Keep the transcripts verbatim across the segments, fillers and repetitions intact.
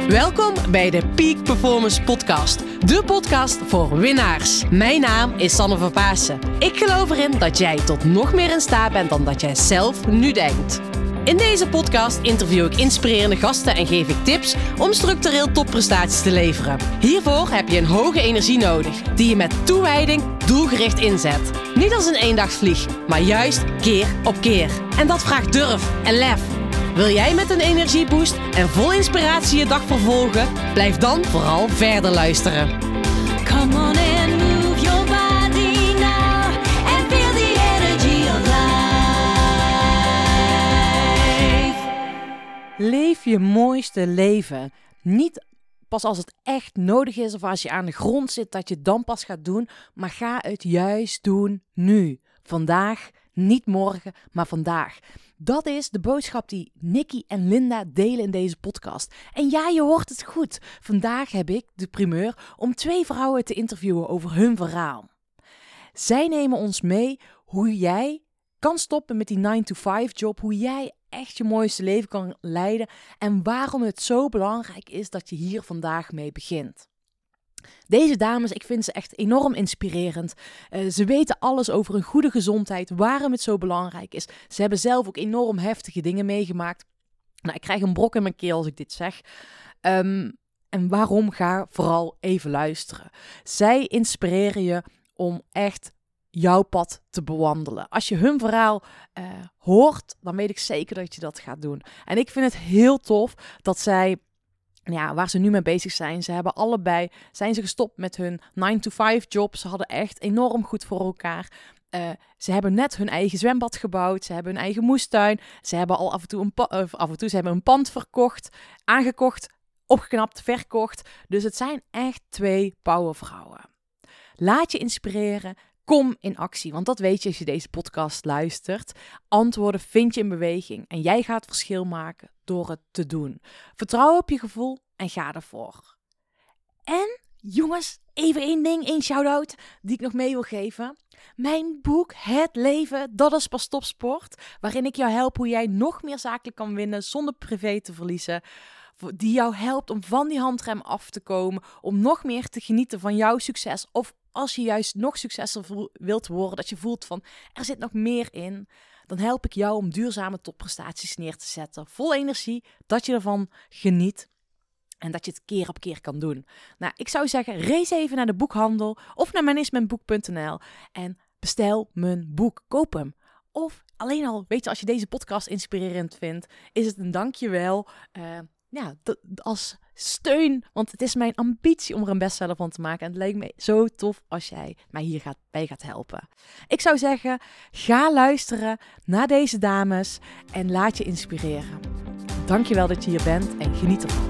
Welkom bij de Peak Performance Podcast. De podcast voor winnaars. Mijn naam is Sanne van Paassen. Ik geloof erin dat jij tot nog meer in staat bent dan dat jij zelf nu denkt. In deze podcast interview ik inspirerende gasten en geef ik tips om structureel topprestaties te leveren. Hiervoor heb je een hoge energie nodig, die je met toewijding doelgericht inzet. Niet als een eendagsvlieg, maar juist keer op keer. En dat vraagt durf en lef. Wil jij met een energieboost en vol inspiratie je dag vervolgen? Blijf dan vooral verder luisteren. Come on and move your body now and feel the energy of life. Leef je mooiste leven. Niet pas als het echt nodig is of als je aan de grond zit dat je het dan pas gaat doen. Maar ga het juist doen nu. Vandaag, niet morgen, maar vandaag. Dat is de boodschap die Nikki en Linda delen in deze podcast. En ja, je hoort het goed. Vandaag heb ik de primeur om twee vrouwen te interviewen over hun verhaal. Zij nemen ons mee hoe jij kan stoppen met die nine to five job. Hoe jij echt je mooiste leven kan leiden. En waarom het zo belangrijk is dat je hier vandaag mee begint. Deze dames, ik vind ze echt enorm inspirerend. Uh, ze weten alles over hun goede gezondheid, waarom het zo belangrijk is. Ze hebben zelf ook enorm heftige dingen meegemaakt. Nou, ik krijg een brok in mijn keel als ik dit zeg. Um, en waarom? Ga vooral even luisteren. Zij inspireren je om echt jouw pad te bewandelen. Als je hun verhaal uh, hoort, dan weet ik zeker dat je dat gaat doen. En ik vind het heel tof dat zij... Ja, waar ze nu mee bezig zijn. Ze hebben allebei, zijn ze gestopt met hun nine to five job. Ze hadden echt enorm goed voor elkaar. Uh, ze hebben net hun eigen zwembad gebouwd. Ze hebben hun eigen moestuin. Ze hebben al af en toe een, pa- uh, af en toe, ze hebben een pand verkocht, aangekocht, opgeknapt, verkocht. Dus het zijn echt twee powervrouwen. Laat je inspireren. Kom in actie, want dat weet je als je deze podcast luistert. Antwoorden vind je in beweging en jij gaat verschil maken door het te doen. Vertrouw op je gevoel en ga ervoor. En jongens, even één ding, één shout-out die ik nog mee wil geven. Mijn boek Het Leven, dat is pas topsport, waarin ik jou help hoe jij nog meer zakelijk kan winnen zonder privé te verliezen. Die jou helpt om van die handrem af te komen, om nog meer te genieten van jouw succes. Of als je juist nog succesvoller wilt worden, dat je voelt van er zit nog meer in. Dan help ik jou om duurzame topprestaties neer te zetten. Vol energie, dat je ervan geniet en dat je het keer op keer kan doen. Nou, ik zou zeggen, race even naar de boekhandel of naar managementboek punt n l en bestel mijn boek. Koop hem. Of alleen al, weet je, als je deze podcast inspirerend vindt, is het een dankjewel. Uh, ja, d- als steun, want het is mijn ambitie om er een bestseller van te maken. En het lijkt me zo tof als jij mij hier gaat, bij gaat helpen. Ik zou zeggen, ga luisteren naar deze dames en laat je inspireren. Dankjewel dat je hier bent en geniet ervan.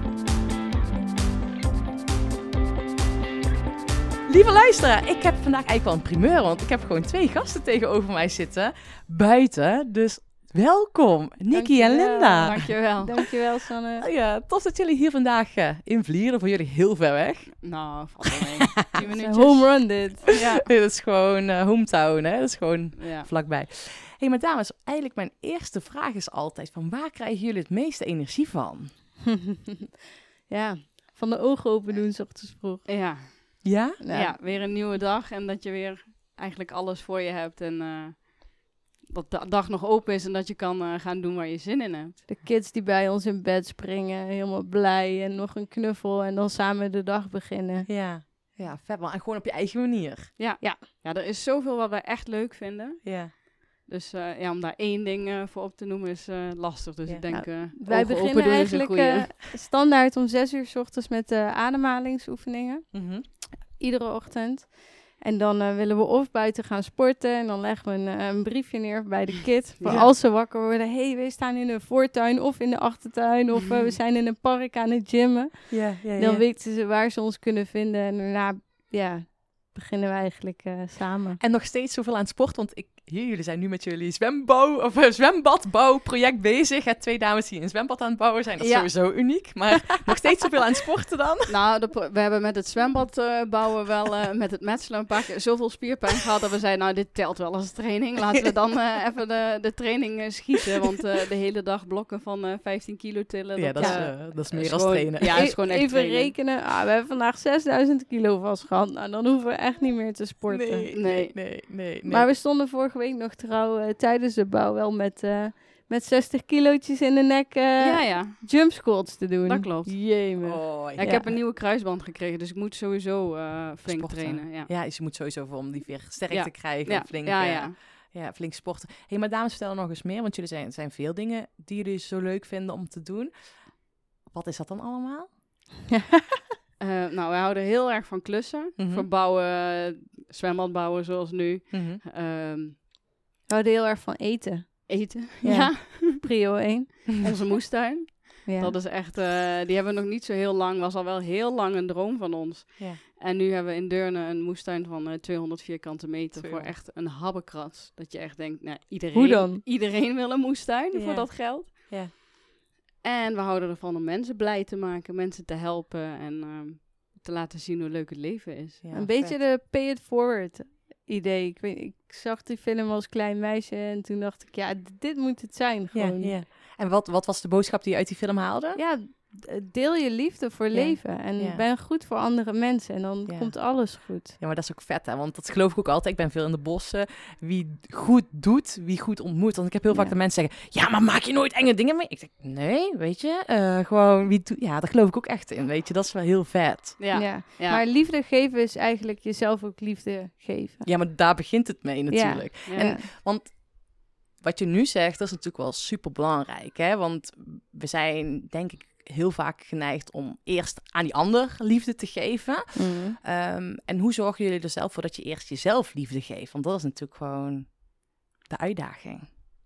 Lieve luisteraar, ik heb vandaag eigenlijk wel een primeur, want ik heb gewoon twee gasten tegenover mij zitten, buiten, dus... Welkom, Nikki en Linda. Dankjewel. Dankjewel, Sanne. Ja, tof dat jullie hier vandaag uh, in Vlieren, voor jullie heel ver weg. Nou, valt wel mee. tien minuutjes. Home run dit. Ja. Nee, dat is gewoon uh, hometown, hè? Dat is gewoon ja. vlakbij. Hé, hey, maar dames, eigenlijk mijn eerste vraag is altijd van waar krijgen jullie het meeste energie van? Ja, van de ogen open doen, 's ochtends vroeg. Ja. Ja? Ja. ja, weer een nieuwe dag en dat je weer eigenlijk alles voor je hebt en... Uh, dat de dag nog open is en dat je kan uh, gaan doen waar je zin in hebt. De kids die bij ons in bed springen, helemaal blij en nog een knuffel en dan samen de dag beginnen. Ja, ja, vet man. En gewoon op je eigen manier. Ja, ja. ja er is zoveel wat wij echt leuk vinden. Ja. Dus uh, ja, om daar één ding uh, voor op te noemen is uh, lastig. Dus ja. ik denk, uh, wij beginnen eigenlijk uh, standaard om zes uur 's ochtends met uh, ademhalingsoefeningen. Mm-hmm. Iedere ochtend. En dan uh, willen we of buiten gaan sporten. En dan leggen we een, uh, een briefje neer bij de kid. Voor ja. als ze wakker worden. Hé, hey, we staan in de voortuin of in de achtertuin. Of uh, we zijn in een park aan het gymmen. Ja, ja, ja. Dan weten ze waar ze ons kunnen vinden. En daarna ja, beginnen we eigenlijk uh, samen. En nog steeds zoveel aan het sport, want ik, hier, jullie zijn nu met jullie zwembouw, of uh, zwembadbouwproject bezig. Hè, twee dames die een zwembad aan het bouwen zijn, dat is ja. sowieso uniek. Maar nog steeds zoveel aan het sporten dan? Nou, de pro- we hebben met het zwembad uh, bouwen wel, uh, met het metselen een paar keer zoveel spierpijn gehad dat we zeiden, nou, dit telt wel als training. Laten we dan uh, even de, de training uh, schieten, want uh, de hele dag blokken van uh, vijftien kilo tillen. Ja, dat, dat, uh, is, uh, dat is meer is als gewoon, trainen. Ja, is gewoon echt Even trainen. rekenen, ah, we hebben vandaag zesduizend kilo vast gehad. Nou, dan hoeven we echt niet meer te sporten. Nee, nee, nee, nee, nee. Maar we stonden vorige week nog trouw uh, tijdens de bouw wel met, uh, met zestig kilootjes in de nek uh, ja, ja. jump squats te doen. Dat klopt. Jemig. Oh, ja, ik ja. heb een nieuwe kruisband gekregen, dus ik moet sowieso uh, flink sporten. trainen. Ja. ja, dus je moet sowieso voor om die weer sterk ja. te krijgen. Ja. Flink, ja, uh, ja. ja, flink sporten. Hé, hey, maar dames, vertel nog eens meer, want jullie zijn, zijn veel dingen die jullie zo leuk vinden om te doen. Wat is dat dan allemaal? Uh, nou, wij houden heel erg van klussen. Mm-hmm. Verbouwen, zwembad bouwen zoals nu. Mm-hmm. Um, we houden heel erg van eten. Eten, ja. ja. Prio één. Onze moestuin. Ja. Dat is echt, uh, die hebben we nog niet zo heel lang. Was al wel heel lang een droom van ons. Ja. En nu hebben we in Deurne een moestuin van uh, tweehonderd vierkante meter tweehonderd. voor echt een habbekrats. Dat je echt denkt, nou, iedereen, Hoe dan? iedereen wil een moestuin Ja. voor dat geld. Ja. En we houden ervan om mensen blij te maken, mensen te helpen en uh, te laten zien hoe leuk het leven is. Ja, een beetje vet. de pay it forward idee. Ik, weet, ik zag die film als klein meisje en toen dacht ik, ja, d- dit moet het zijn gewoon. Ja, ja. En wat, wat was de boodschap die je uit die film haalde? Ja, deel je liefde voor Ja. leven en Ja. ben goed voor andere mensen en dan Ja. komt alles goed. Ja, maar dat is ook vet, hè? Want dat geloof ik ook altijd. Ik ben veel in de bossen. Wie goed doet, wie goed ontmoet. Want ik heb heel vaak Ja. de mensen zeggen, ja, maar maak je nooit enge dingen mee? Ik zeg, nee, weet je, uh, gewoon wie doet. Ja, daar geloof ik ook echt in, weet je. Dat is wel heel vet. Ja, Ja. ja. Maar liefde geven is eigenlijk jezelf ook liefde geven. Ja, maar daar begint het mee natuurlijk. Ja. En, want wat je nu zegt, dat is natuurlijk wel super belangrijk, hè? Want we zijn, denk ik, heel vaak geneigd om eerst aan die ander liefde te geven. Mm. Um, en hoe zorgen jullie er zelf voor dat je eerst jezelf liefde geeft? Want dat is natuurlijk gewoon de uitdaging.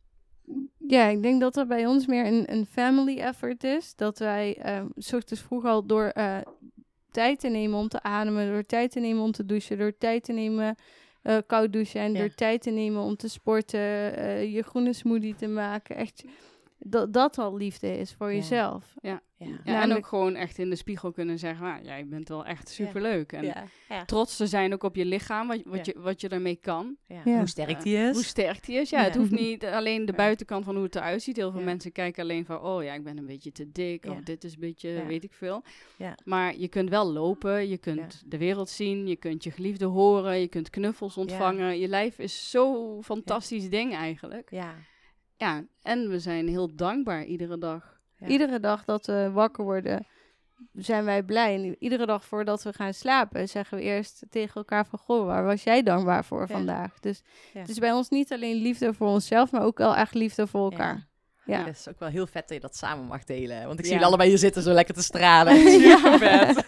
Ja, ik denk dat er bij ons meer een, een family effort is. Dat wij uh, 's ochtends vroeg al door uh, tijd te nemen om te ademen, door tijd te nemen om te douchen, door tijd te nemen uh, koud douchen en Ja. door tijd te nemen om te sporten, uh, je groene smoothie te maken. Echt, dat, dat al liefde is voor Ja. jezelf. Ja. Ja. Ja, en Namelijk- ook gewoon echt in de spiegel kunnen zeggen, ah, jij bent wel echt superleuk. En Ja. Ja. trots te zijn ook op je lichaam, wat, wat, Ja. je, wat je ermee kan. Ja. Ja. Hoe sterk die is. Hoe sterk die is. Ja, Ja. het hoeft niet alleen de Ja. buitenkant van hoe het eruit ziet. Heel veel Ja. mensen kijken alleen van, oh ja, ik ben een beetje te dik. Ja. Of dit is een beetje, Ja. weet ik veel. Ja. Maar je kunt wel lopen, je kunt de wereld zien, je kunt je geliefde horen, je kunt knuffels ontvangen. Je lijf is zo'n fantastisch ding eigenlijk. Ja. Ja, en we zijn heel dankbaar iedere dag. Ja. Iedere dag dat we wakker worden, zijn wij blij. En iedere dag voordat we gaan slapen, zeggen we eerst tegen elkaar van, goh, waar was jij dankbaar voor Ja. vandaag? Dus Ja. het is bij ons niet alleen liefde voor onszelf, maar ook wel echt liefde voor elkaar. Ja. Ja, het is ook wel heel vet dat je dat samen mag delen. Want ik Ja. zie jullie allebei hier zitten zo lekker te stralen. Super vet.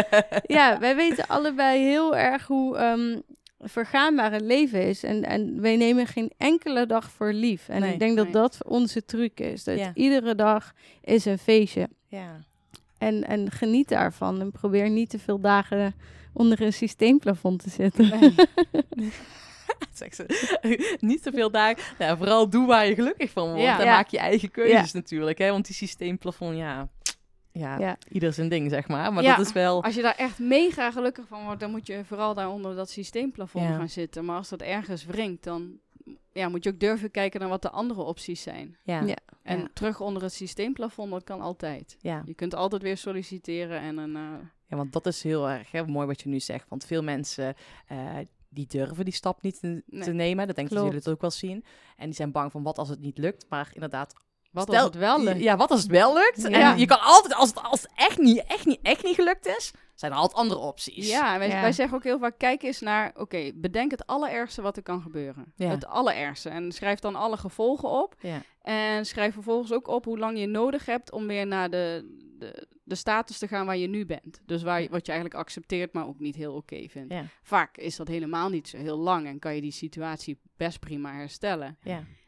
Ja, wij weten allebei heel erg hoe um, vergaanbaar het leven is. En, en wij nemen geen enkele dag voor lief. En Nee, ik denk dat nee. dat onze truc is. Dat Ja. iedere dag is een feestje. Ja. En, en geniet daarvan. En probeer niet te veel dagen onder een systeemplafond te zitten. Nee. Zegt ze. Niet te veel dagen. Nou, vooral doe waar je gelukkig van wordt. Ja. En Ja. maak je eigen keuzes natuurlijk. Hè? Want die systeemplafond, ja, ja, Ja. ieder zijn ding, zeg maar. Maar Ja. dat is wel... Als je daar echt mega gelukkig van wordt, dan moet je vooral daar onder dat systeemplafond Ja. gaan zitten. Maar als dat ergens wringt, dan ja, moet je ook durven kijken naar wat de andere opties zijn. Ja. Ja. En Ja. terug onder het systeemplafond, dat kan altijd. Ja. Je kunt altijd weer solliciteren en een... uh, Ja, want dat is heel erg hè, mooi wat je nu zegt. Want veel mensen uh, die durven die stap niet te, Nee. te nemen. Dat denk ik dat Klopt. jullie het ook wel zien. En die zijn bang van wat als het niet lukt. Maar inderdaad... wat stel- als het wel lukt. Ja, wat als het wel lukt? Ja. En je kan altijd, als het, als het echt, niet, echt, niet, echt niet gelukt is, zijn er altijd andere opties. Ja, en wij, Ja. wij zeggen ook heel vaak, kijk eens naar, oké, bedenk het allerergste wat er kan gebeuren. Ja. Het allerergste. En schrijf dan alle gevolgen op. Ja. En schrijf vervolgens ook op hoe lang je nodig hebt om weer naar de, de, de status te gaan waar je nu bent. Dus waar je, wat je eigenlijk accepteert, maar ook niet heel oké vindt. Ja. Vaak is dat helemaal niet zo heel lang en kan je die situatie best prima herstellen. Ja.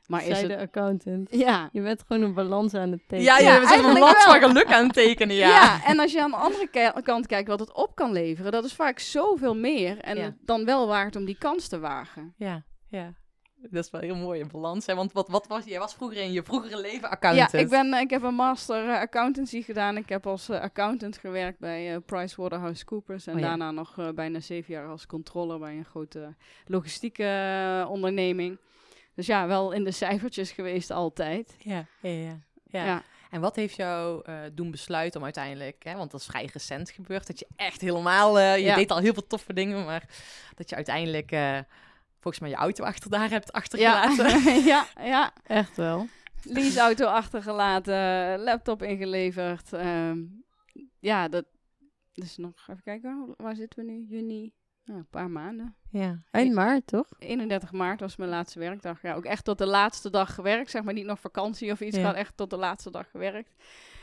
Maar is Zei het... de accountant. Ja. Je bent gewoon een balans aan het tekenen. Ja, Ja, je bent een eigenlijk balans wel. van geluk aan het tekenen, ja. Ja. en als je aan de andere ke- kant kijkt wat het op kan leveren, dat is vaak zoveel meer. En Ja. dan wel waard om die kans te wagen. Ja, ja. Dat is wel heel mooi, een balans. Hè? Want wat, wat was, jij was vroeger in je vroegere leven accountant. Ja, ik, ben, ik heb een master eh, accountancy gedaan. Ik heb als eh, accountant gewerkt bij uh, PricewaterhouseCoopers. En Oh ja. daarna nog uh, bijna zeven jaar als controller bij een grote logistieke uh, onderneming. Dus ja, wel in de cijfertjes geweest altijd. Ja, ja, ja. ja. Ja. En wat heeft jou uh, doen besluiten om uiteindelijk, hè, want dat is vrij recent gebeurd, dat je echt helemaal, uh, je Ja. deed al heel veel toffe dingen, maar dat je uiteindelijk uh, volgens mij je auto achter daar hebt achtergelaten. Ja, ja, ja. Echt wel. Leaseauto achtergelaten, laptop ingeleverd. Um, ja, dat is nog, even kijken, waar zitten we nu? Juni, ja, een paar maanden. Ja. Eind maart, toch? eenendertig maart was mijn laatste werkdag. Ja, ook echt tot de laatste dag gewerkt, zeg maar niet nog vakantie of iets, Ja. gewoon echt tot de laatste dag gewerkt.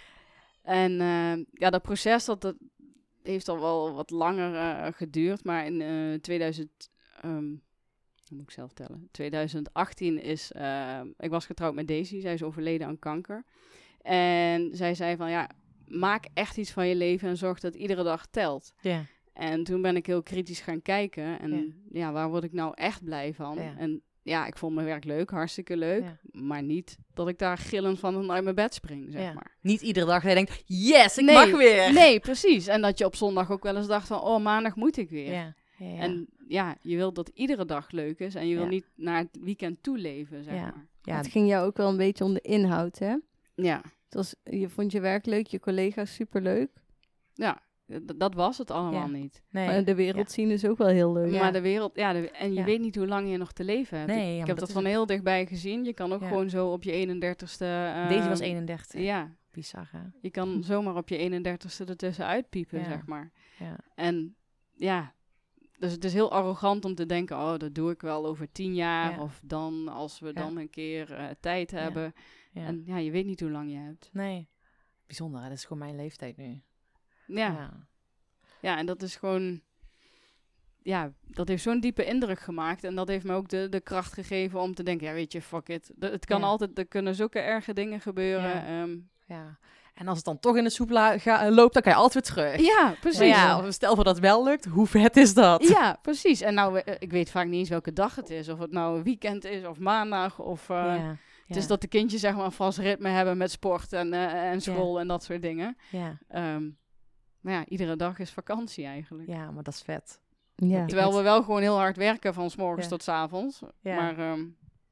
En uh, ja, dat proces, dat, dat heeft al wel wat langer uh, geduurd, maar in uh, tweeduizend... Um, Dat moet ik zelf tellen. tweeduizend achttien is... Uh, ik was getrouwd met Daisy. Zij is overleden aan kanker. En zij zei van... ja, maak echt iets van je leven en zorg dat iedere dag telt. Ja. En toen ben ik heel kritisch gaan kijken. En ja, ja waar word ik nou echt blij van? Ja. En ja, ik vond mijn werk leuk. Hartstikke leuk. Ja. Maar niet dat ik daar gillend van uit mijn bed spring, zeg ja. maar. Niet iedere dag dat je denkt... Yes, ik nee, mag weer. Nee, precies. En dat je op zondag ook wel eens dacht van... oh, maandag moet ik weer. Ja. Ja, ja. En ja, je wilt dat iedere dag leuk is. En je wil ja. niet naar het weekend toe leven, zeg ja. maar. Ja. Het ging jou ook wel een beetje om de inhoud, hè? Ja. Het was, je vond je werk leuk, je collega's superleuk. Ja, d- dat was het allemaal Ja. niet. Nee. Maar de wereld ja. zien is ook wel heel leuk. Ja. Maar de wereld, ja, de, en je Ja. weet niet hoe lang je nog te leven hebt. Nee, ik ja, ik maar heb dat dat is van het. heel dichtbij gezien. Je kan ook Ja. gewoon zo op je eenendertigste... Uh, Deze was eenendertig. Ja, Bizar, hè? je kan zomaar op je eenendertigste ertussen uitpiepen, Ja. zeg maar. Ja. En ja, dus het is heel arrogant om te denken... oh, dat doe ik wel over tien jaar. Ja. Of dan, als we Ja. dan een keer uh, tijd Ja. hebben. Ja. En ja, je weet niet hoe lang je hebt. Nee. Bijzonder, hè? Dat is gewoon mijn leeftijd nu. Ja. Ja. Ja, en dat is gewoon... Ja, dat heeft zo'n diepe indruk gemaakt. En dat heeft me ook de, de kracht gegeven om te denken... ja, weet je, fuck it. D- het kan Ja. altijd... Er kunnen zulke erge dingen gebeuren. Ja. Ja, um, Ja. En als het dan toch in de soep la- ga- loopt, dan kan je altijd weer terug. ja precies. Maar Ja. ja, stel voor dat het wel lukt, hoe vet is dat? ja, precies. En nou, uh, ik weet vaak niet eens welke dag het is. Of het nou een weekend is of maandag. Of uh, ja. het is dat de kindjes zeg maar een vast ritme hebben met sport en, uh, en school Ja. en dat soort dingen. Ja. Um, maar ja, iedere dag is vakantie eigenlijk. ja, maar dat is vet. Ja. Terwijl we wel gewoon heel hard werken van 's morgens Ja. tot 's avonds. Ja. Maar um,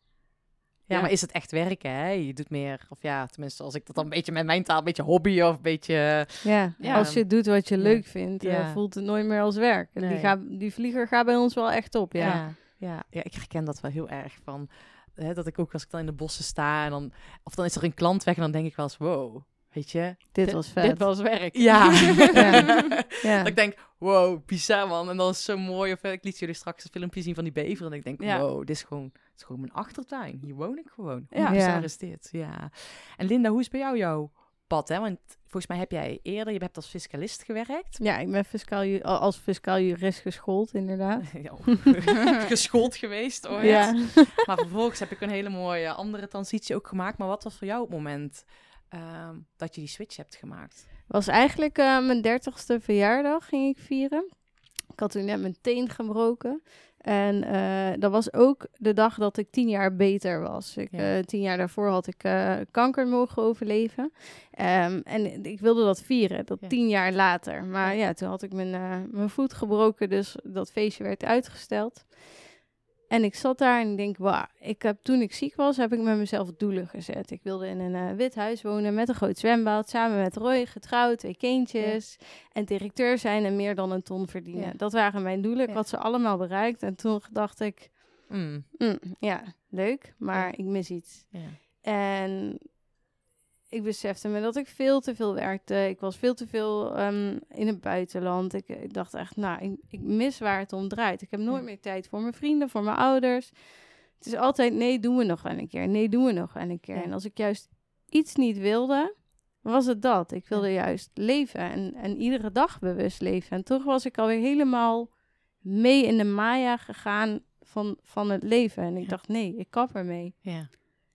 Ja, Ja. maar is het echt werken, hè? Je doet meer, of ja, tenminste als ik dat dan een beetje met mijn taal, een beetje hobby of een beetje... Ja, Ja. als je doet wat je Ja. leuk vindt, Ja. uh, voelt het nooit meer als werk. En Nee. die, gaat, die vlieger gaat bij ons wel echt op, ja. Ja, ja, ja, ik herken dat wel heel erg van, hè, dat ik ook als ik dan in de bossen sta en dan, of dan is er een klant weg en dan denk ik wel eens, wow, weet je? Dit Dit- was vet. dit was werk. Ja. Ja. Ja. Dat ik denk, wow, bizar man. En dan is het zo mooi. Of eh, ik liet jullie straks een filmpje zien van die bever. En ik denk, Ja. wow, dit is gewoon, dit is gewoon mijn achtertuin. Hier woon ik gewoon. Hoe Ja. bizar Ja. is dit? Ja. En Linda, hoe is bij jou jouw pad? Hè? Want volgens mij heb jij eerder, je hebt als fiscalist gewerkt. Ja, ik ben fiscaal, ju- al- als fiscaal jurist geschoold, inderdaad. Ja, geschoold geweest ooit. Ja. Maar vervolgens heb ik een hele mooie andere transitie ook gemaakt. Maar wat was voor jou het moment ehm, dat je die switch hebt gemaakt? Was eigenlijk uh, mijn dertigste verjaardag ging ik vieren. Ik had toen net mijn teen gebroken. En uh, dat was ook de dag dat ik tien jaar beter was. Ik, Ja. uh, tien jaar daarvoor had ik uh, kanker mogen overleven. Um, en ik wilde dat vieren, dat Ja. tien jaar later. Maar Ja. ja, toen had ik mijn, uh, mijn voet gebroken, dus dat feestje werd uitgesteld. En ik zat daar en ik denk, wauw, ik heb, toen ik ziek was, heb ik met mezelf doelen gezet. Ik wilde in een uh, wit huis wonen met een groot zwembad, samen met Roy, getrouwd, twee kindjes. Ja. En directeur zijn en meer dan een ton verdienen. Ja. Dat waren mijn doelen. Ik Ja. had ze allemaal bereikt. En toen dacht ik, Mm. mm, ja, leuk, maar Ja. ik mis iets. Ja. En ik besefte me dat ik veel te veel werkte. Ik was veel te veel um, in het buitenland. Ik, ik dacht echt, nou, ik, ik mis waar het om draait. Ik heb nooit Ja. meer tijd voor mijn vrienden, voor mijn ouders. Het is altijd, nee, doen we nog wel een keer. Nee, doen we nog wel een keer. Ja. En als ik juist iets niet wilde, was het dat. Ik wilde juist leven en, en iedere dag bewust leven. En toch was ik alweer helemaal mee in de maya gegaan van, van het leven. En ik Ja. dacht, nee, ik kap ermee. Ja.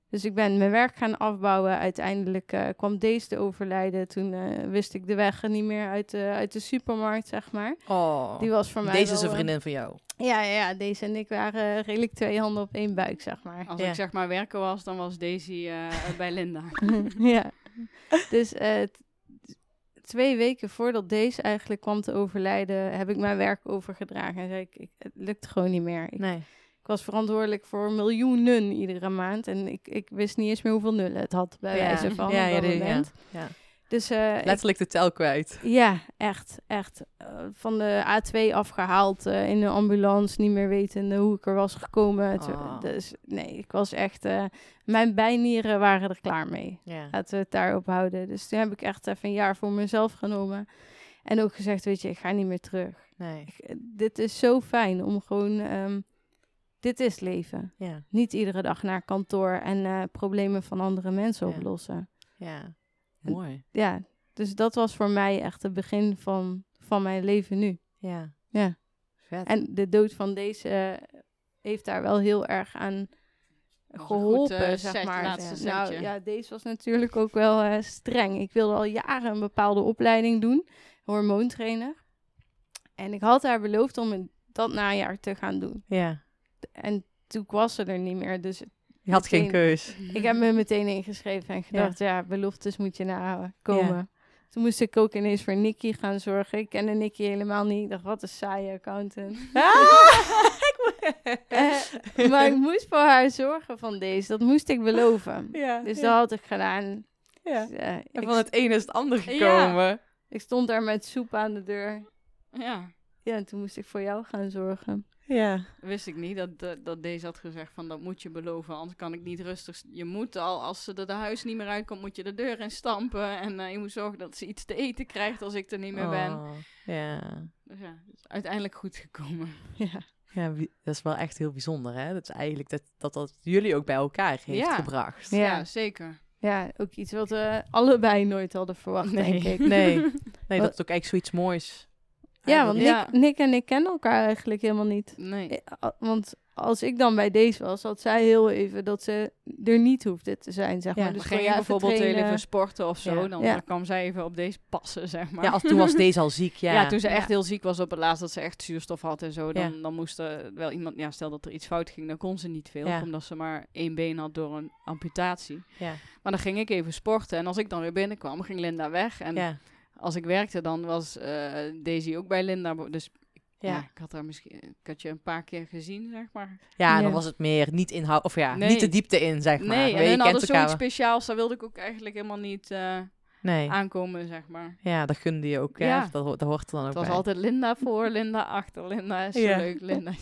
Dus ik ben mijn werk gaan afbouwen. Uiteindelijk uh, kwam deze te overlijden. Toen uh, wist ik de weg niet meer uit de, uit de supermarkt, zeg maar. Oh, die was voor mij deze wel, is een vriendin uh, van jou. Ja, ja, ja, deze en ik waren uh, redelijk twee handen op één buik, zeg maar. Als ja. ik zeg maar werken was, dan was Daisy uh, bij Linda. Ja, dus uh, t- twee weken voordat deze eigenlijk kwam te overlijden, heb ik mijn werk overgedragen. En zei ik, ik, het lukt gewoon niet meer. Ik, nee. ik was verantwoordelijk voor miljoenen iedere maand. En ik, ik wist niet eens meer hoeveel nullen het had, bij ja. wijze van ja, op ja, dat de, moment. Ja, ja. Dus, uh, letterlijk de tel kwijt. Ja, echt, echt. Uh, van de A twee afgehaald uh, in de ambulance, niet meer wetende hoe ik er was gekomen. Oh. Dus nee, ik was echt... Uh, mijn bijnieren waren er klaar mee. Ja. Laten we het daarop houden. Dus toen heb ik echt even een jaar voor mezelf genomen. En ook gezegd, weet je, ik ga niet meer terug. Nee. Ik, dit is zo fijn om gewoon... Um, dit is leven. Ja. Niet iedere dag naar kantoor en uh, problemen van andere mensen ja. oplossen. Ja, mooi. En, ja, dus dat was voor mij echt het begin van, van mijn leven nu. Ja. Ja. Vet. En de dood van deze uh, heeft daar wel heel erg aan geholpen, goed, uh, zeg set, maar. laatste Ja. Nou setje. ja, deze was natuurlijk ook wel uh, streng. Ik wilde al jaren een bepaalde opleiding doen, hormoontrainer. En ik had haar beloofd om dat najaar te gaan doen. Ja. En toen was ze er niet meer, dus... Je had meteen, geen keus. Ik heb me meteen ingeschreven en gedacht, ja, ja beloftes moet je nakomen. Ja. Toen moest ik ook ineens voor Nicky gaan zorgen. Ik kende Nicky helemaal niet. Ik dacht, wat een saaie accountant. Ah! uh, maar ik moest voor haar zorgen van deze. Dat moest ik beloven. Ja, dus ja. dat had ik gedaan. Ja. Dus, uh, en ik van het ene is het ander gekomen. Ja. Ik stond daar met soep aan de deur. Ja. Ja, en toen moest ik voor jou gaan zorgen. Ja. Wist ik niet dat, dat, dat deze had gezegd van dat moet je beloven, anders kan ik niet rustig... Je moet al, als ze de huis niet meer uitkomt, moet je de deur in stampen. En uh, je moet zorgen dat ze iets te eten krijgt als ik er niet meer oh, ben. Ja. Dus ja, het is uiteindelijk goed gekomen. Ja. Ja, dat is wel echt heel bijzonder, hè? Dat is eigenlijk dat dat, dat jullie ook bij elkaar heeft ja. gebracht. Ja. ja, zeker. Ja, ook iets wat we allebei nooit hadden verwacht, nee. denk ik. Nee, nee dat is ook eigenlijk zoiets moois. Ja, want Nick, ja. Nick en ik kennen elkaar eigenlijk helemaal niet. Nee. Want als ik dan bij deze was, had zij heel even dat ze er niet hoefde te zijn, zeg ja, maar. Dus ging je bijvoorbeeld heel even sporten of zo, ja. dan ja. kwam zij even op deze passen, zeg maar. Ja, als, toen was deze al ziek, ja. Ja, toen ze echt ja. heel ziek was op het laatst, dat ze echt zuurstof had en zo, dan, ja. dan moest er wel iemand, ja, stel dat er iets fout ging, dan kon ze niet veel, ja. omdat ze maar één been had door een amputatie. Ja. Maar dan ging ik even sporten en als ik dan weer binnenkwam, ging Linda weg en... Ja. Als ik werkte, dan was uh, Daisy ook bij Linda. Dus ja. ja, ik had haar misschien, ik had je een paar keer gezien, zeg maar. Ja, ja. dan was het meer niet inhoud, of ja, nee. niet de diepte in, zeg maar. Nee, Weet en je, dan hadden elkaar... zoiets speciaals, daar wilde ik ook eigenlijk helemaal niet uh, nee. aankomen, zeg maar. Ja, dat gunde je ook, hè? Ja. Dat, dat hoort er dan ook Het was bij. altijd Linda voor, Linda achter, Linda is zo ja. leuk, Linda.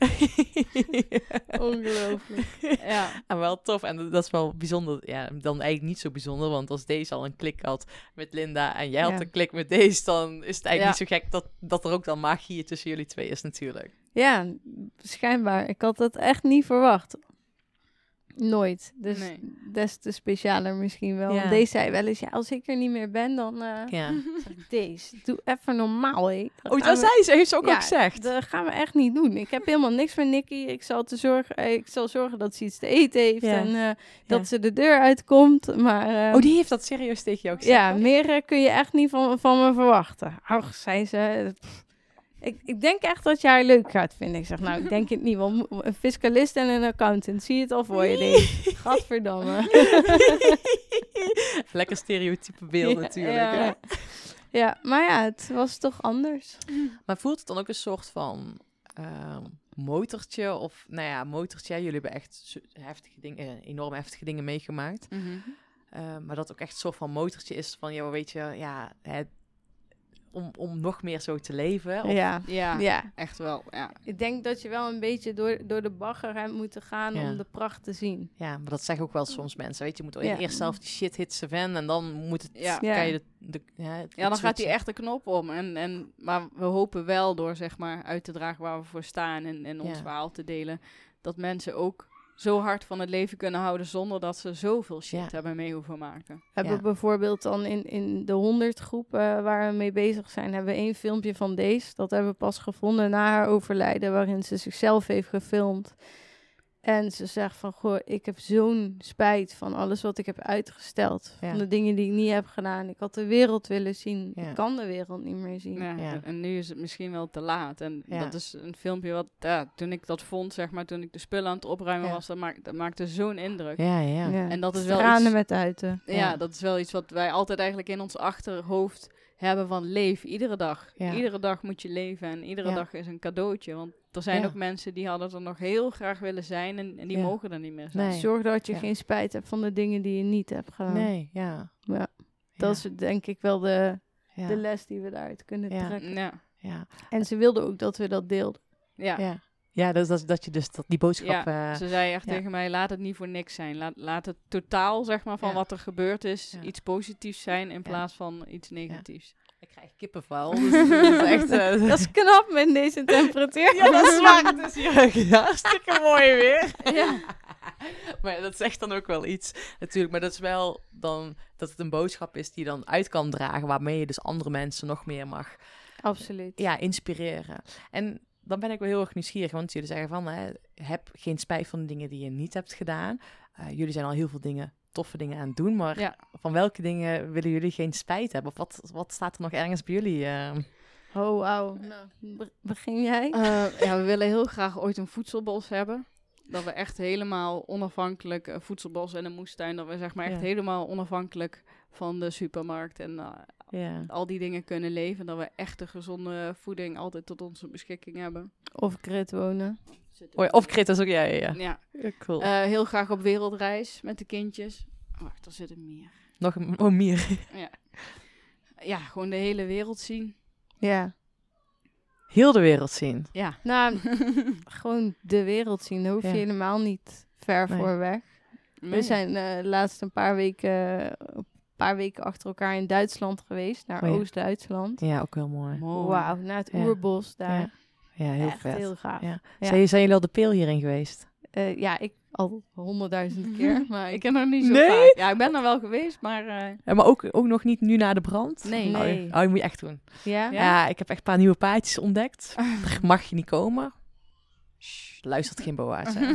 Ongelooflijk. Ja. En wel tof. En dat is wel bijzonder. Ja, dan eigenlijk niet zo bijzonder. Want als deze al een klik had met Linda en jij had ja. een klik met deze, dan is het eigenlijk ja. niet zo gek dat, dat er ook dan magie tussen jullie twee is natuurlijk. Ja, schijnbaar. Ik had dat echt niet verwacht. Nooit. Dus nee. des te specialer misschien wel. Ja. Deze zei wel eens, ja, als ik er niet meer ben, dan... Uh, Ja. Deze, doe even normaal, hé. Oh, dat zei ze. Heeft ze ook ja, al gezegd. Dat gaan we echt niet doen. Ik heb helemaal niks met Nicky. Ik zal, te zorgen, ik zal zorgen dat ze iets te eten heeft Ja. en uh, ja. dat ze de deur uitkomt. Maar, uh, oh, die heeft dat serieus tegen jou gezegd? Ja, meer uh, kun je echt niet van, van me verwachten. Ach, zei ze... Pff. Ik, ik denk echt dat je haar leuk gaat vinden. Ik zeg, nou, ik denk het niet. Want een fiscalist en een accountant, zie je het al voor je. Denk. Gadverdamme. Lekker stereotype beeld ja, natuurlijk. Ja. Hè? ja, maar ja, het was toch anders. Maar voelt het dan ook een soort van uh, motortje? Of, nou ja, motortje. Jullie hebben echt heftige dingen, enorm heftige dingen meegemaakt. Mm-hmm. Uh, maar dat ook echt een soort van motortje is van, joh, weet je, ja... Het, Om, om nog meer zo te leven. Of... Ja. Ja, ja, echt wel. Ja. Ik denk dat je wel een beetje door, door de bagger hebt moeten gaan ja. om de pracht te zien. Ja, maar dat zeggen ook wel soms mensen. Weet je, je moet ja. eerst zelf die shit hitsen van en dan moet het... Ja, kan je de, de, ja, het ja dan gaat die echt de knop om. En, en, maar we hopen wel door zeg maar uit te dragen waar we voor staan en, en ons ja. verhaal te delen, dat mensen ook zo hard van het leven kunnen houden zonder dat ze zoveel shit ja. hebben mee hoeven maken. We hebben ja. bijvoorbeeld dan in, in de honderd groep uh, waar we mee bezig zijn, hebben we één filmpje van deze. Dat hebben we pas gevonden na haar overlijden, waarin ze zichzelf heeft gefilmd. En ze zegt van, goh, ik heb zo'n spijt van alles wat ik heb uitgesteld. Ja. Van de dingen die ik niet heb gedaan. Ik had de wereld willen zien. Ja. Ik kan de wereld niet meer zien. Ja, Ja. En nu is het misschien wel te laat. En Ja. dat is een filmpje wat, ja, toen ik dat vond, zeg maar, toen ik de spullen aan het opruimen Ja. was, dat, maak, dat maakte zo'n indruk. Ja, ja. Ja. En dat is wel Tranen iets- met uiten. Ja, Ja. dat is wel iets wat wij altijd eigenlijk in ons achterhoofd hebben van leef iedere dag. Ja. Iedere dag moet je leven en iedere Ja. dag is een cadeautje. Want er zijn Ja. ook mensen die hadden er nog heel graag willen zijn en, en die Ja. mogen er niet meer zijn. Nee. Zorg dat je Ja. geen spijt hebt van de dingen die je niet hebt gedaan. Nee, ja. Ja. Dat is denk ik wel de, ja. de les die we daaruit kunnen Ja. trekken. Ja, Ja, En ze wilden ook dat we dat deelden. ja. ja. Ja, dus dat, dat je dus dat, die boodschap... Ja, eh, ze zei echt ja. tegen mij, laat het niet voor niks zijn. Laat, laat het totaal, zeg maar, van Ja. wat er gebeurd is, Ja. iets positiefs zijn in plaats van iets negatiefs. ik krijg kippenvel. Dus dat is echt... eh, Dat is knap met deze temperatuur. ja, dat is waar. Het is hier hartstikke mooi weer. Ja. Maar dat zegt dan ook wel iets, natuurlijk. Maar dat is wel dan dat het een boodschap is die je dan uit kan dragen, waarmee je dus andere mensen nog meer mag Absoluut. ja, inspireren. En dan ben ik wel heel erg nieuwsgierig, want jullie zeggen van, hè, heb geen spijt van de dingen die je niet hebt gedaan. Uh, jullie zijn al heel veel dingen, toffe dingen aan het doen, maar Ja. van welke dingen willen jullie geen spijt hebben? Of wat, wat staat er nog ergens bij jullie? Uh... Oh, wauw. Nou, be- begin jij? Eh, ja, we willen heel graag ooit een voedselbos hebben. Dat we echt helemaal onafhankelijk, een voedselbos en een moestuin, dat we zeg maar echt Ja. helemaal onafhankelijk van de supermarkt en uh, Ja. al die dingen kunnen leven. Dat we echte gezonde voeding altijd tot onze beschikking hebben. Of grid wonen. Oh ja, of Krit, dat is ook, ja, ja, ja. Ja. Ja, cool. Eh, heel graag op wereldreis met de kindjes. Wacht, er zit er meer. nog een, oh, meer. Ja. Ja, gewoon de hele wereld zien. Ja. Heel de wereld zien. Ja. Nou, gewoon de wereld zien. Daar hoef je Ja. helemaal niet ver Nee. voor weg. We zijn uh, laatst een paar weken, een paar weken achter elkaar in Duitsland geweest. Naar Oh ja. Oost-Duitsland. Ja, ook heel mooi. Mooi. Wauw, naar het Ja. oerbos daar. Ja. Ja, heel Echt vet. heel gaaf. Ja. Ja. Zijn, zijn jullie al de peel hierin geweest? Uh, ja, ik al honderdduizend keer. Maar Ik ik, ken er niet zo Nee? vaak. Ja, ik ben er wel geweest, maar... eh, Ja, maar ook, ook nog niet nu na de brand? Nee. Oh, Nee. je- oh, je moet je echt doen. ja? Ja? Ja, ik heb echt een paar nieuwe paadjes ontdekt. Daar mag je niet komen. Shh, luistert geen boa's. hè.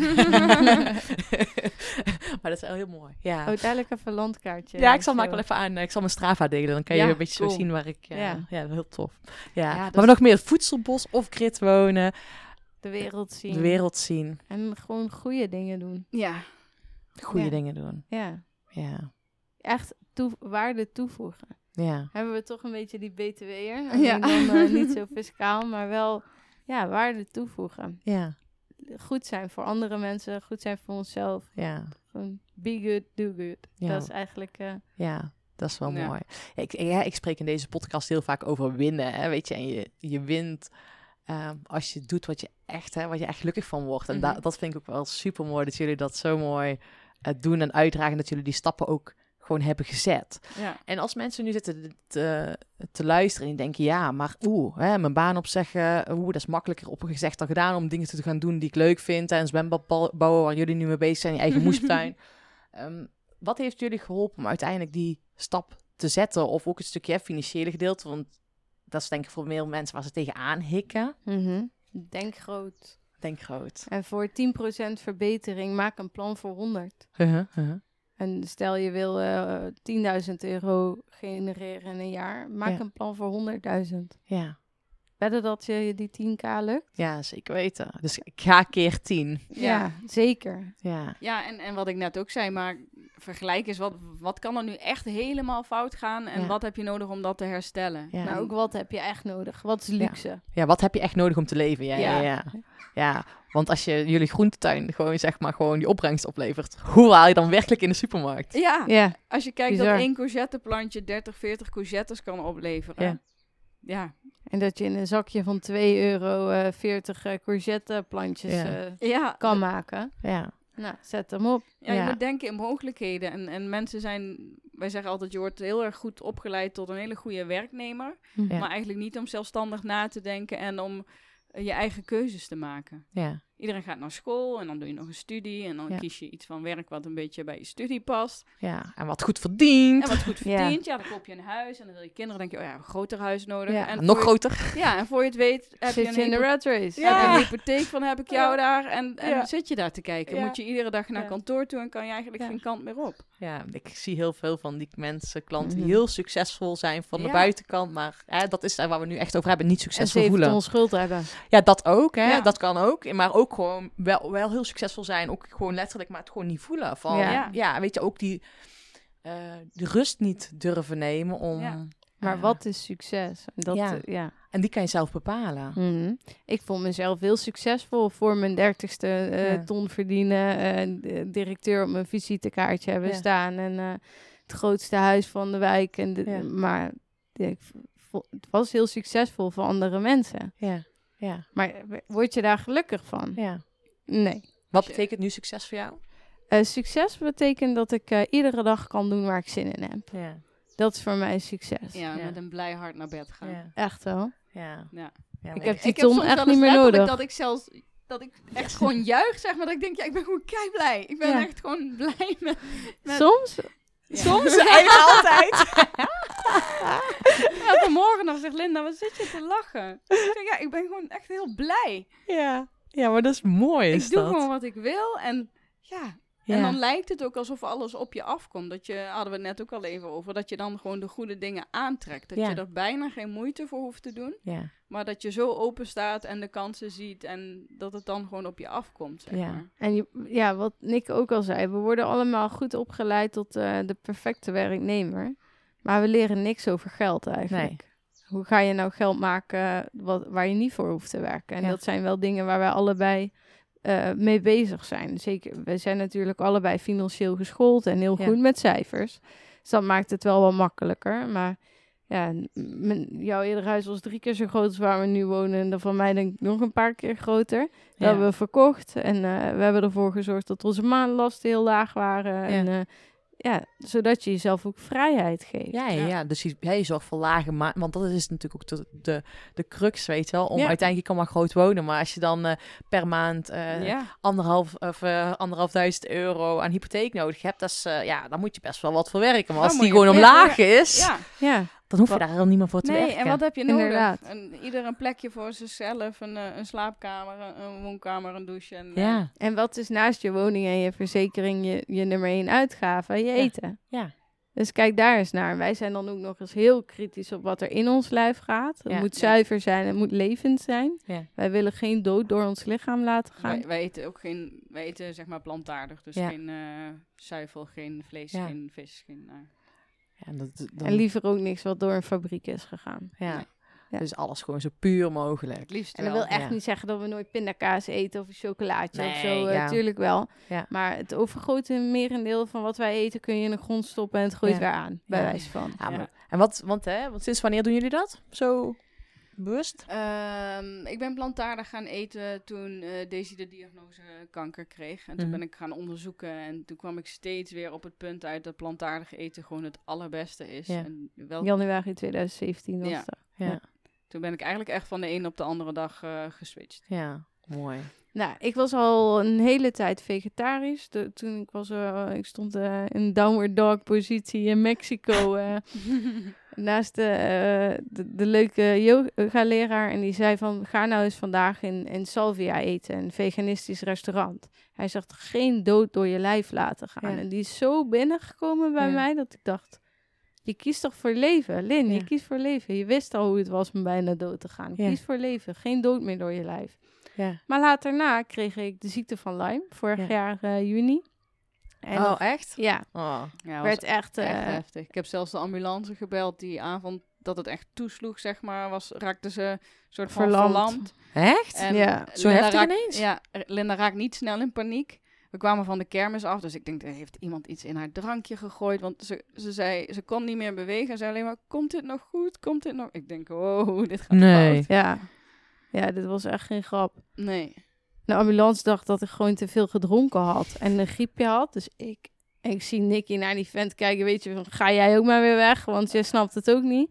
Maar dat is wel heel mooi. Ja, Oh, dadelijk even een landkaartje. ja ik zal Zo. maak wel even aan. Ik zal mijn Strava delen. Dan kan je Ja, een beetje cool. zo zien waar ik... Ja, Ja. ja. heel tof. Ja. Ja, maar dat nog meer voedselbos of Krit wonen. De wereld zien. De wereld zien. En gewoon goede dingen doen. ja. Goede Ja. dingen doen. Ja. Ja. Echt toe- waarde toevoegen. Ja. Hebben we toch een beetje die B T W'er. Ja. Ja. Dan uh, niet zo fiscaal, maar wel ja, waarde toevoegen. Ja. Goed zijn voor andere mensen, goed zijn voor onszelf. Ja. Gewoon be good, do good. Ja. Dat is eigenlijk... Uh, Ja, dat is wel Ja. mooi. Ik, ja, ik spreek in deze podcast heel vaak over winnen, hè, weet je. En je, je wint uh, als je doet wat je echt, hè, wat je echt gelukkig van wordt. En Mm-hmm. da- dat vind ik ook wel super mooi, dat jullie dat zo mooi uh, doen en uitdragen. Dat jullie die stappen ook gewoon hebben gezet. Ja. En als mensen nu zitten te, te luisteren en die denken, ja, maar oeh, hè, mijn baan opzeggen, oeh, dat is makkelijker opgezegd dan gedaan om dingen te gaan doen die ik leuk vind. En een zwembad bouwen waar jullie nu mee bezig zijn, je eigen moestuin. Um, wat heeft jullie geholpen om uiteindelijk die stap te zetten? Of ook een stukje financiële gedeelte? Want dat is denk ik voor meer mensen waar ze tegenaan hikken. mm-hmm. Denk groot. Denk groot. En voor tien procent verbetering, maak een plan voor honderd. Uh-huh, uh-huh. En stel je wil uh, tienduizend euro genereren in een jaar, maak Ja. een plan voor honderdduizend. Ja. Wedden dat je die tien k lukt? ja, zeker weten. Dus ik ga keer tien. Ja, zeker. Ja, Ja, en, en wat ik net ook zei, maar vergelijk is, wat, wat kan er nu echt helemaal fout gaan en Ja. wat heb je nodig om dat te herstellen? ja. Maar ook wat heb je echt nodig? Wat is luxe? ja, wat heb je echt nodig om te leven? Ja, ja, Ja. ja. Ja, want als je jullie groentetuin gewoon, zeg maar, gewoon die opbrengst oplevert, hoe haal je dan werkelijk in de supermarkt? Ja, Ja, als je kijkt Bizar. dat één courgetteplantje dertig, veertig courgettes kan opleveren. Ja. Ja. en dat je in een zakje van twee euro uh, veertig uh, courgetteplantjes Ja. uh, Ja, kan maken. Ja, Nou, zet hem op. Ja, je Ja. moet denken in mogelijkheden. En, en mensen zijn, wij zeggen altijd, je wordt heel erg goed opgeleid tot een hele goede werknemer. Ja. Maar eigenlijk niet om zelfstandig na te denken en om uh, je eigen keuzes te maken. ja, iedereen gaat naar school en dan doe je nog een studie. En dan Ja. kies je iets van werk wat een beetje bij je studie past. Ja, en wat goed verdient. En wat goed Ja. verdient. Ja, dan koop je een huis en dan wil je kinderen. denk je, oh ja, een groter huis nodig. Ja, en nog voor groter. Je, ja, en voor je het weet heb je Zit een, je in de hypo- rat race. heb je Ja. een hypotheek van heb ik jou Ja. daar. En, en Ja. zit je daar te kijken. Ja. Moet je iedere dag naar Ja. kantoor toe en kan je eigenlijk Ja. geen kant meer op. Ja, ik zie heel veel van die mensen, klanten die Mhm. heel succesvol zijn van de Ja. buitenkant. Maar hè, dat is waar we nu echt over hebben, niet En succesvol zeven voelen. ton schuld hebben. Ja, dat ook. Hè? Ja. Dat kan ook. Maar ook gewoon wel, wel heel succesvol zijn. Ook gewoon letterlijk, maar het gewoon niet voelen. Van, Ja. ja. weet je, ook die, eh, de rust niet durven nemen om... Ja. Maar eh, wat is succes? En Dat, Ja. eh, ja. En die kan je zelf bepalen. Mhm. Ik vond mezelf heel succesvol voor mijn dertigste eh, Ja. ton verdienen. eh, directeur op mijn visitekaartje hebben Ja. staan. En eh, het grootste huis van de wijk. En de, Ja. Maar ja, ik vo- het was heel succesvol voor andere mensen. Ja, ja, Maar word je daar gelukkig van? ja. Nee. Wat betekent nu succes voor jou? Eh, succes betekent dat ik eh, iedere dag kan doen waar ik zin in heb. Ja, Dat is voor mij succes. Ja, Ja. met een blij hart naar bed gaan. ja, Echt wel. ja. Ja. Ja, Ik maar heb ik- die Ik heb ton soms echt wel niet eens meer letterlijk nodig. dat ik zelfs dat ik echt gewoon juich, zeg maar. Dat ik denk, ja, ik ben gewoon kei blij. Ik ben Ja. echt gewoon blij met... met Soms? Ja. Soms, eigenlijk altijd. Ja, vanmorgen nog zegt Linda, wat zit je te lachen? Ik zeg, ja, ik ben gewoon echt heel blij. Ja. Ja, maar dat is mooi, is ik doe dat. gewoon wat ik wil en ja... Ja. En dan lijkt het ook alsof alles op je afkomt. Dat je, hadden we het net ook al even over, dat je dan gewoon de goede dingen aantrekt. Dat Ja. je er bijna geen moeite voor hoeft te doen. Ja. Maar dat je zo open staat en de kansen ziet en dat het dan gewoon op je afkomt, zeg Ja. maar. En je, ja, wat Nick ook al zei, we worden allemaal goed opgeleid tot eh, de perfecte werknemer. Maar we leren niks over geld eigenlijk. Nee. Hoe ga je nou geld maken wat, waar je niet voor hoeft te werken? En Ja. dat zijn wel dingen waar wij allebei eh, mee bezig zijn. Zeker, we zijn natuurlijk allebei financieel geschoold en heel Ja. goed met cijfers. Dus dat maakt het wel wat makkelijker. Maar ja, m- mijn, jouw eerder huis was drie keer zo groot als waar we nu wonen. En dat van mij denk ik nog een paar keer groter. Dat Ja. hebben we verkocht. En eh, we hebben ervoor gezorgd dat onze maandlasten heel laag waren. En eh, ja, zodat je jezelf ook vrijheid geeft. Ja, ja, ja. Dus je, ja, je zorgt voor lage ma- want dat is natuurlijk ook de, de, de crux, weet je wel. Om Ja. uiteindelijk, je kan maar groot wonen, maar als je dan eh, per maand eh, ja. anderhalf of eh, anderhalf duizend euro aan hypotheek nodig hebt, dat is, eh, ja, dan moet je best wel wat voor werken. Maar Dan als moet die je- gewoon ja, omlaag is, ja. Ja, dan hoef je Wat- daar helemaal niet meer voor te Nee, werken. en wat heb je nodig? Inderdaad. Een, ieder een plekje voor zichzelf, een, eh, een slaapkamer, een, een woonkamer, een douche. En, eh, Ja, en wat is naast je woning en je verzekering je, je nummer één uitgave? Je eten. ja, Dus kijk daar eens naar. Wij zijn dan ook nog eens heel kritisch op wat er in ons lijf gaat. Het Ja. moet zuiver zijn, het moet levend zijn. Ja. Wij willen geen dood door ons lichaam laten gaan. Wij, wij eten ook geen, wij eten zeg maar plantaardig. Dus Ja. geen eh zuivel, geen vlees, Ja. geen vis. Geen, eh, ja, dat, dan, En liever ook niks wat door een fabriek is gegaan. ja. Nee. Ja. Dus alles gewoon zo puur mogelijk. het liefst En dat wel. wil echt ja. niet zeggen dat we nooit pindakaas eten of een chocolaatje of Nee, zo. ja. Natuurlijk wel. Ja. Maar het overgrote merendeel van wat wij eten kun je in de grond stoppen en het groeit Ja. weer aan. Bij Ja. wijze van. Ja, Ja. maar, en wat, want, hè, want sinds wanneer doen jullie dat? Zo bewust? Ehm, ik ben plantaardig gaan eten toen eh Daisy de diagnose kanker kreeg. En toen Mhm. ben ik gaan onderzoeken. En toen kwam ik steeds weer op het punt uit dat plantaardig eten gewoon het allerbeste is. Ja. En wel, Januari tweeduizend zeventien was Ja. dat. Ja, toen ben ik eigenlijk echt van de een op de andere dag eh, geswitcht. ja, mooi. Nou, ik was al een hele tijd vegetarisch. De- toen ik was, eh, ik stond eh, in downward dog positie in Mexico. eh, naast de, eh, de, de leuke yoga-leraar. En die zei van, ga nou eens vandaag in, in Salvia eten. Een veganistisch restaurant. Hij zegt, geen dood door je lijf laten gaan. Ja. En die is zo binnengekomen bij Ja. mij dat ik dacht... Je kiest toch voor leven, Lin? Ja. Je kiest voor leven. Je wist al hoe het was om bijna dood te gaan. Ja. Kies voor leven. Geen dood meer door je lijf. Ja. Maar later daarna kreeg ik de ziekte van Lyme, vorig Ja. jaar eh, juni. En Oh, echt? ja, Oh. Ja, was werd echt... eh, echt heftig. Ik heb zelfs de ambulance gebeld die avond dat het echt toesloeg, zeg maar. Was, raakte ze een soort van Verlamd. verlamd. Echt? En Ja. Zo Linda heftig raakt- ineens? Ja, Linda raakt niet snel in paniek. We kwamen van de kermis af, dus ik denk, er heeft iemand iets in haar drankje gegooid. Want ze, ze zei, ze kon niet meer bewegen. Ze zei alleen maar, komt dit nog goed? Komt dit nog? Ik denk, wow, dit gaat Nee. fout. ja. ja, dit was echt geen grap. Nee. De ambulance dacht dat ik gewoon te veel gedronken had en een griepje had. Dus ik, ik zie Nicky naar die vent kijken, weet je, van, ga jij ook maar weer weg, want je snapt het ook niet.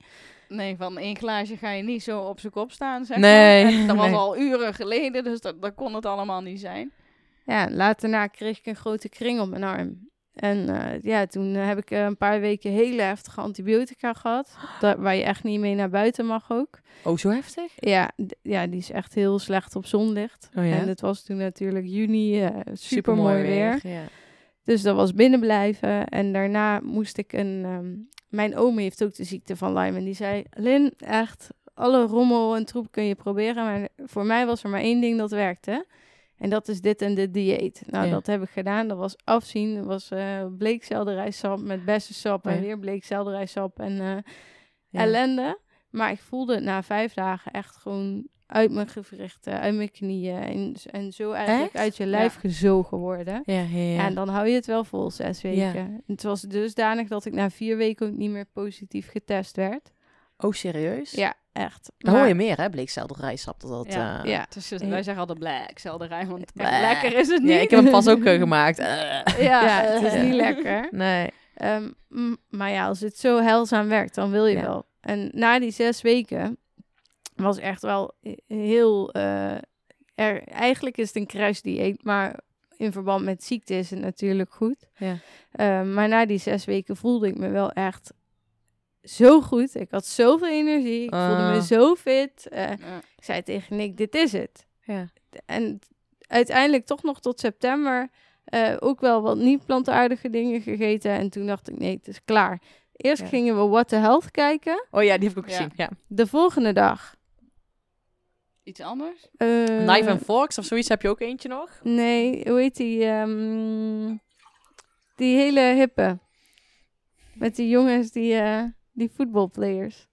Nee, van één glaasje ga je niet zo op zijn kop staan, zeg Nee, maar. En dat was nee. al uren geleden, dus dat, dat kon het allemaal niet zijn. Ja, later na kreeg ik een grote kring op mijn arm. En uh, ja, toen uh, heb ik uh, een paar weken hele heftige antibiotica gehad. Dat, waar je echt niet mee naar buiten mag ook. Oh, zo heftig? Ja, d- ja, die is echt heel slecht op zonlicht. Oh ja? En het was toen natuurlijk juni, uh, super mooi weer. weer. Ja. Dus dat was binnen blijven. En daarna moest ik een... Um, mijn oom heeft ook de ziekte van Lyme. En die zei, Lin, echt, alle rommel en troep kun je proberen. Maar voor mij was er maar één ding dat werkte. En dat is dit en dit dieet. Nou, Ja. dat heb ik gedaan. Dat was afzien. Dat was uh, bleekselderijsap met bessensap. Oh ja. En weer bleekselderijsap en uh, Ja. ellende. Maar ik voelde het na vijf dagen echt gewoon uit mijn gewrichten, uit mijn knieën. En, en zo eigenlijk Echt? uit je lijf Ja. gezogen worden. Ja, ja, ja. Ja, en dan hou je het wel vol, zes weken. Ja. En het was dusdanig dat ik na vier weken ook niet meer positief getest werd. Oh, serieus? Ja, echt. Dan hoor Maar- je meer, hè? Bleekselderijsap. Dat dat... Ja. eh, Ja. Dus wij zeggen altijd black, selderij, want echt Bleh. lekker is het niet. Ja, ik heb hem pas ook eh, gemaakt. Eh. Ja, Ja, het is niet lekker. Nee. Um, m- maar ja, als het zo heilzaam werkt, dan wil je Ja. wel. En na die zes weken was echt wel heel... Uh, er, eigenlijk is het een crashdieet, maar in verband met ziekte is het natuurlijk goed. Ja. Um, maar na die zes weken voelde ik me wel echt zo goed. Ik had zoveel energie. Ik voelde Ah. me zo fit. Uh, Ja. ik zei tegen Nick, dit is het. Ja. En uiteindelijk toch nog tot september uh, ook wel wat niet plantaardige dingen gegeten. En toen dacht ik, nee, het is klaar. Eerst Ja. gingen we What the Health kijken. Oh ja, die heb ik ook Ja. gezien. Ja. De volgende dag... Iets anders? Uh, Knife and Forks of zoiets heb je ook eentje nog? Nee, hoe heet die? Um, die hele hippe. Met die jongens, die, uh, die voetbalplayers.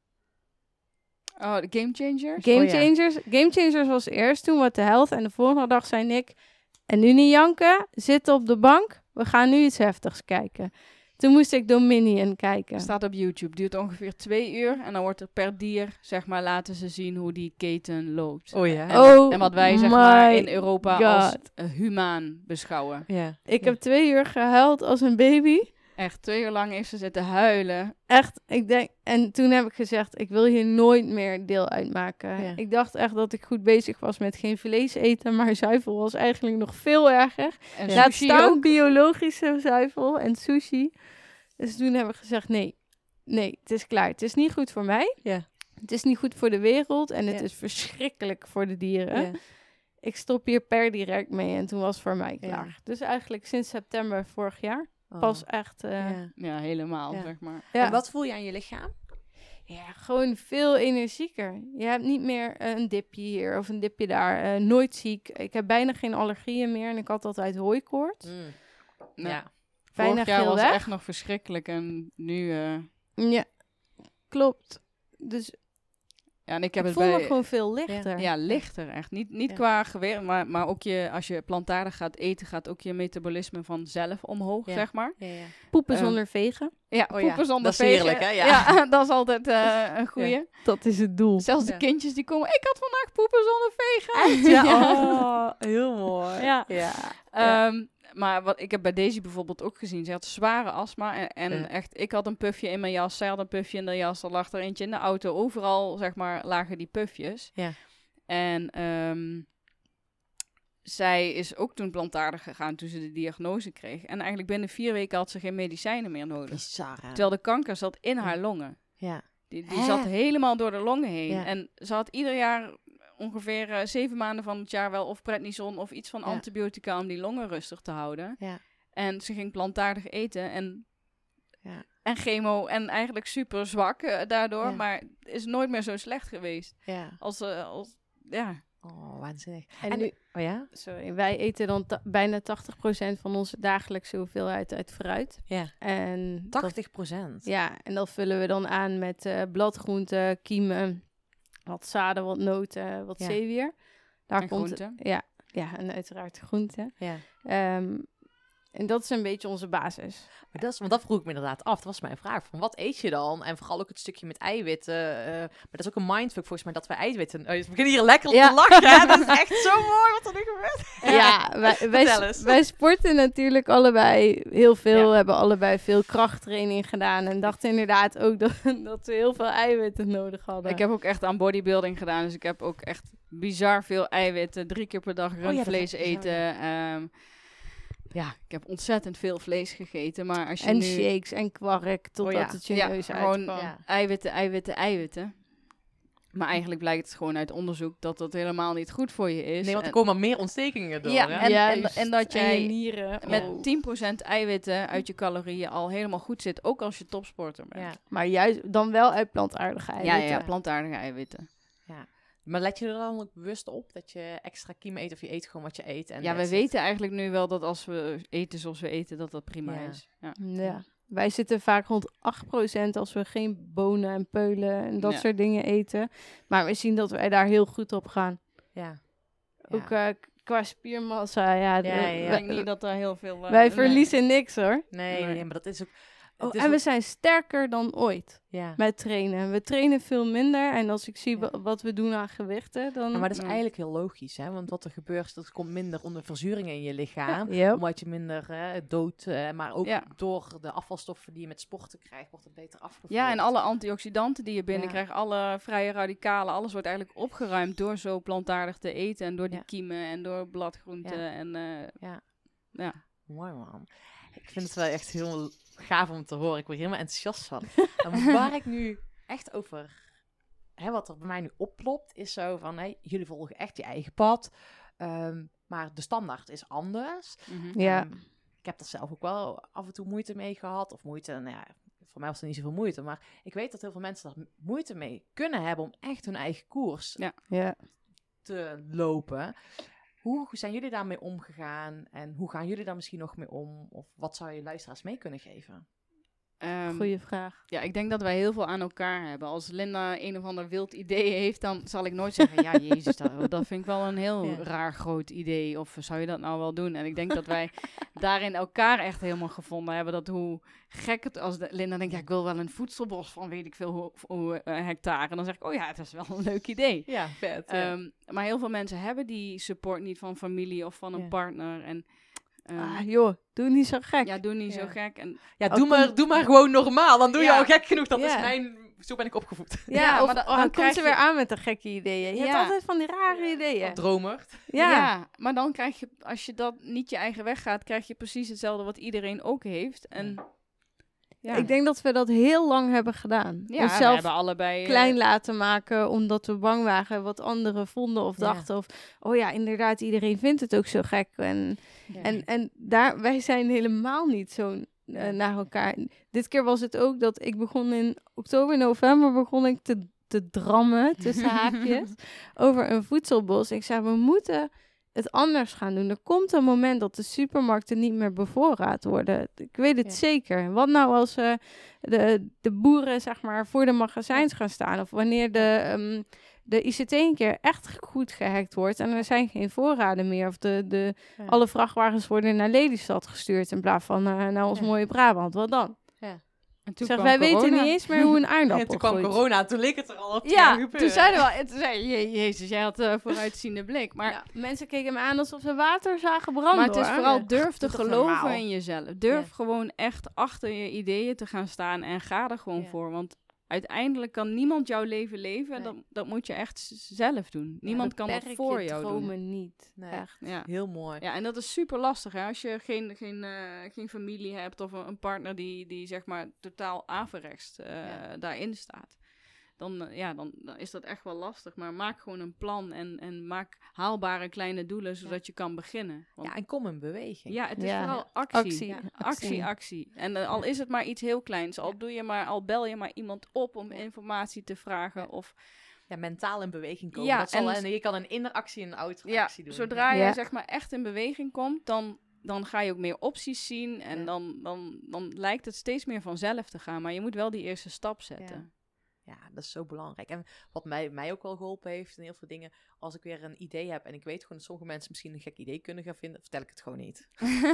Oh, de Game Changers? Game Oh ja. Changers. Game Changers was eerst, toen What the Health. En de volgende dag zei Nick... En nu niet janken, zitten op de bank. We gaan nu iets heftigs kijken. Toen moest ik Dominion kijken. Staat op YouTube. Duurt ongeveer twee uur. En dan wordt er per dier, zeg maar, laten ze zien hoe die keten loopt. Oh ja. En, Oh en wat wij, zeg my maar, in Europa als God. uh, humaan beschouwen. Ja. Ik Ja. heb twee uur gehuild als een baby. Echt, twee uur lang heeft ze zitten huilen. Echt, ik denk... En toen heb ik gezegd, ik wil hier nooit meer deel uitmaken. Ja. Ik dacht echt dat ik goed bezig was met geen vlees eten. Maar zuivel was eigenlijk nog veel erger. En Laat sushi staan ook. biologische zuivel en sushi. Dus toen hebben we gezegd, nee, nee, het is klaar. Het is niet goed voor mij. Ja. Het is niet goed voor de wereld. En het Ja. is verschrikkelijk voor de dieren. Ja. Ik stop hier per direct mee. En toen was het voor mij Ja. klaar. Dus eigenlijk sinds september vorig jaar. Oh. Pas echt... uh, ja. Ja. Ja, helemaal, Ja. zeg maar. En wat voel je aan je lichaam? Ja, gewoon veel energieker. Je hebt niet meer uh, een dipje hier of een dipje daar. Uh, nooit ziek. Ik heb bijna geen allergieën meer. En ik had altijd hooikoorts. Ja. Ja. Bijna Vorig jaar geel was weg. echt nog verschrikkelijk. En nu... uh, Ja, klopt. Dus ja, en ik heb ik het voel bij... me gewoon veel lichter. Ja, lichter echt. Niet, niet Ja. qua geweer, maar, maar ook je, als je plantaardig gaat eten, gaat ook je metabolisme vanzelf omhoog, Ja. zeg maar. Ja, ja. Poepen Eh, zonder vegen. Ja, Oh ja, poepen zonder dat is vegen. heerlijk, hè? Ja. dat is altijd eh, een goeie. Dat is het doel. Zelfs de Ja. kindjes die komen, ik had vandaag poepen zonder vegen. Ja, oh, heel mooi. Ja. Ja. Ehm, maar wat ik heb bij Daisy bijvoorbeeld ook gezien, ze had zware astma. En, en Ja. echt, ik had een pufje in mijn jas, zij had een pufje in de jas, er lag er eentje in de auto. Overal, zeg maar, lagen die pufjes. Ja. En ehm, zij is ook toen plantaardig gegaan toen ze de diagnose kreeg. En eigenlijk binnen vier weken had ze geen medicijnen meer nodig. Bizar, hè? Terwijl de kanker zat in Ja. haar longen. Ja. Die, die Hè? zat helemaal door de longen heen. Ja. En ze had ieder jaar ongeveer uh, zeven maanden van het jaar wel of prednison of iets van Ja. antibiotica om die longen rustig te houden. Ja. En ze ging plantaardig eten en, Ja. en chemo en eigenlijk super zwak uh, daardoor. Ja. Maar is nooit meer zo slecht geweest. Ja. Als, uh, als ja. Oh, waanzinnig. En En nu- nu... Oh ja? Sorry, wij eten dan ta- bijna tachtig procent van onze dagelijkse hoeveelheid uit fruit. Ja. En dat- tachtig procent. ja, en dat vullen we dan aan met uh, bladgroenten, kiemen, wat zaden, wat noten, wat Ja. zeewier. Daar En komt groenten. Ja, ja, en uiteraard groenten. Ja. Ehm, En dat is een beetje onze basis. Maar dat is, want dat vroeg ik me inderdaad af. Dat was mijn vraag. Van wat eet je dan? En vooral ook het stukje met eiwitten. Uh, maar dat is ook een mindfuck volgens mij dat wij eiwitten... Oh, we beginnen hier lekker ja. te lachen. Hè? Dat is echt zo mooi wat er nu gebeurt. Ja, wij, wij, wij sporten natuurlijk allebei heel veel. Ja. Hebben allebei veel krachttraining gedaan. En dachten inderdaad ook dat, dat we heel veel eiwitten nodig hadden. Ik heb ook echt aan bodybuilding gedaan. Dus ik heb ook echt bizar veel eiwitten. Drie keer per dag rundvlees oh, ja, eten. Um, Ja, ik heb ontzettend veel vlees gegeten, maar als je en nu... shakes en kwark, totdat oh ja. het je ja, neus gewoon uitkwam. Ja. eiwitten, eiwitten, eiwitten. Maar eigenlijk blijkt het gewoon uit onderzoek dat dat helemaal niet goed voor je is. Nee, want er en... komen meer ontstekingen door. Ja, hè? en, ja en, en, en dat jij nieren, met oh. tien procent eiwitten uit je calorieën al helemaal goed zit, ook als je topsporter bent. Ja. Maar juist dan wel uit plantaardige eiwitten. Ja, ja, plantaardige eiwitten. Ja. Maar let je er dan ook bewust op dat je extra kiem eet of je eet gewoon wat je eet? En ja, we weten eigenlijk nu wel dat als we eten zoals we eten, dat dat prima ja. is. Ja. ja. Wij zitten vaak rond acht procent als we geen bonen en peulen en dat ja. soort dingen eten. Maar we zien dat wij daar heel goed op gaan. Ja. Ook uh, qua spiermassa, ja. ja, ja, ja. Ik denk niet dat er heel veel... Uh, wij nee. verliezen niks hoor. Nee, nee, maar dat is ook... Oh, en we zijn sterker dan ooit ja. met trainen. We trainen veel minder. En als ik zie ja. wat we doen aan gewichten, dan... Ja, maar dat is eigenlijk heel logisch, hè? Want wat er gebeurt, is dat er komt minder onder verzuring in je lichaam. Ja. Omdat je minder hè, dood... Uh, maar ook ja. door de afvalstoffen die je met sporten krijgt, wordt het beter afgevoerd. Ja, en alle antioxidanten die je binnenkrijgt, ja. alle vrije radicalen, alles wordt eigenlijk opgeruimd door zo plantaardig te eten. En door die ja. kiemen en door bladgroenten. Ja. En, uh, ja. ja. Mooi man. Ik vind het wel echt heel gaaf om te horen. Ik word helemaal enthousiast van. En waar ik nu echt over... Hè, wat er bij mij nu oplopt, is zo van... Hey, jullie volgen echt je eigen pad. Um, maar de standaard is anders. Mm-hmm. Ja. Um, ik heb er zelf ook wel af en toe moeite mee gehad. Of moeite, nou ja... Voor mij was er niet zoveel moeite. Maar ik weet dat heel veel mensen er moeite mee kunnen hebben... om echt hun eigen koers ja. Ja. te lopen... Hoe zijn jullie daarmee omgegaan en hoe gaan jullie daar misschien nog mee om? Of wat zou je luisteraars mee kunnen geven? Um, Goeie vraag. Ja, ik denk dat wij heel veel aan elkaar hebben. Als Linda een of ander wild idee heeft, dan zal ik nooit zeggen... ja, jezus, dat, dat vind ik wel een heel ja. raar groot idee. Of zou je dat nou wel doen? En ik denk dat wij daarin elkaar echt helemaal gevonden hebben. Dat hoe gek het... Als de, Linda denkt, ja, ik wil wel een voedselbos van weet ik veel hoe, hoe uh, hectare. En dan zeg ik, oh ja, dat is wel een leuk idee. Ja, vet. Ja. Um, maar heel veel mensen hebben die support niet van familie of van een ja. partner. En... Um, ah, joh, doe niet zo gek. Ja, doe niet ja. zo gek. En ja, doe maar, doe maar gewoon normaal. Dan doe ja. je al gek genoeg. Dat ja. is mijn... Zo ben ik opgevoed. Ja, ja of, maar da, dan, dan komt ze weer aan met de gekke ideeën. Je ja. hebt altijd van die rare ideeën. Dromert. Ja. ja, maar dan krijg je, als je dat niet je eigen weg gaat, krijg je precies hetzelfde wat iedereen ook heeft. En... Ja. Ik denk dat we dat heel lang hebben gedaan. Ja, Onszelf we hebben allebei klein uh, laten maken, omdat we bang waren wat anderen vonden of dachten. Ja. Of, oh ja, inderdaad, iedereen vindt het ook zo gek. En, ja. en, en daar, wij zijn helemaal niet zo uh, ja. naar elkaar. Dit keer was het ook dat ik begon in oktober, november, begon ik te, te drammen, tussen haakjes, over een voedselbos. Ik zei, we moeten... het anders gaan doen. Er komt een moment dat de supermarkten niet meer bevoorraad worden. Ik weet het ja. zeker. Wat nou als uh, de, de boeren zeg maar voor de magazijns gaan staan? Of wanneer de, um, de I C T een keer echt goed gehackt wordt en er zijn geen voorraden meer. Of de, de, ja. alle vrachtwagens worden naar Lelystad gestuurd in plaats van uh, naar ons ja. mooie Brabant. Wat dan? Ja. En toen zeg, wij corona. weten niet eens meer hoe een aardappel ja, toen kwam groeit. corona, toen leek het er al op. Ja, toen zeiden we, toen zei je, jezus, jij had uh, vooruitziende blik. Maar ja, mensen keken me aan alsof ze water zagen branden. Maar het is hoor. vooral durf te geloven normaal. in jezelf. Durf ja. gewoon echt achter je ideeën te gaan staan en ga er gewoon ja. voor. Want uiteindelijk kan niemand jouw leven leven. Nee. Dat, dat moet je echt z- zelf doen. Ja, niemand kan dat voor jou doen. dromen niet. Nee. Echt. Ja. Heel mooi. Ja, en dat is super lastig. Hè? Als je geen, geen, uh, geen familie hebt of een, een partner die, die zeg maar totaal averechts uh, ja. daarin staat. Dan, uh, ja, dan, dan is dat echt wel lastig. Maar maak gewoon een plan en, en maak haalbare kleine doelen, zodat ja. je kan beginnen. Want, ja, en kom in beweging. Ja, het is ja. vooral actie. Actie, ja. actie. actie, actie. En uh, al is het maar iets heel kleins. Al, doe je maar, al bel je maar iemand op om informatie te vragen. Ja. Of, ja, mentaal in beweging komen. Ja, dat zal, en, en je kan een inneractie en een outeractie ja, doen. Zodra ja. je zeg maar echt in beweging komt, dan... dan ga je ook meer opties zien en ja. dan, dan, dan lijkt het steeds meer vanzelf te gaan. Maar je moet wel die eerste stap zetten. Ja. Ja, dat is zo belangrijk. En wat mij, mij ook wel geholpen heeft in heel veel dingen, als ik weer een idee heb en ik weet gewoon dat sommige mensen misschien een gek idee kunnen gaan vinden, vertel ik het gewoon niet.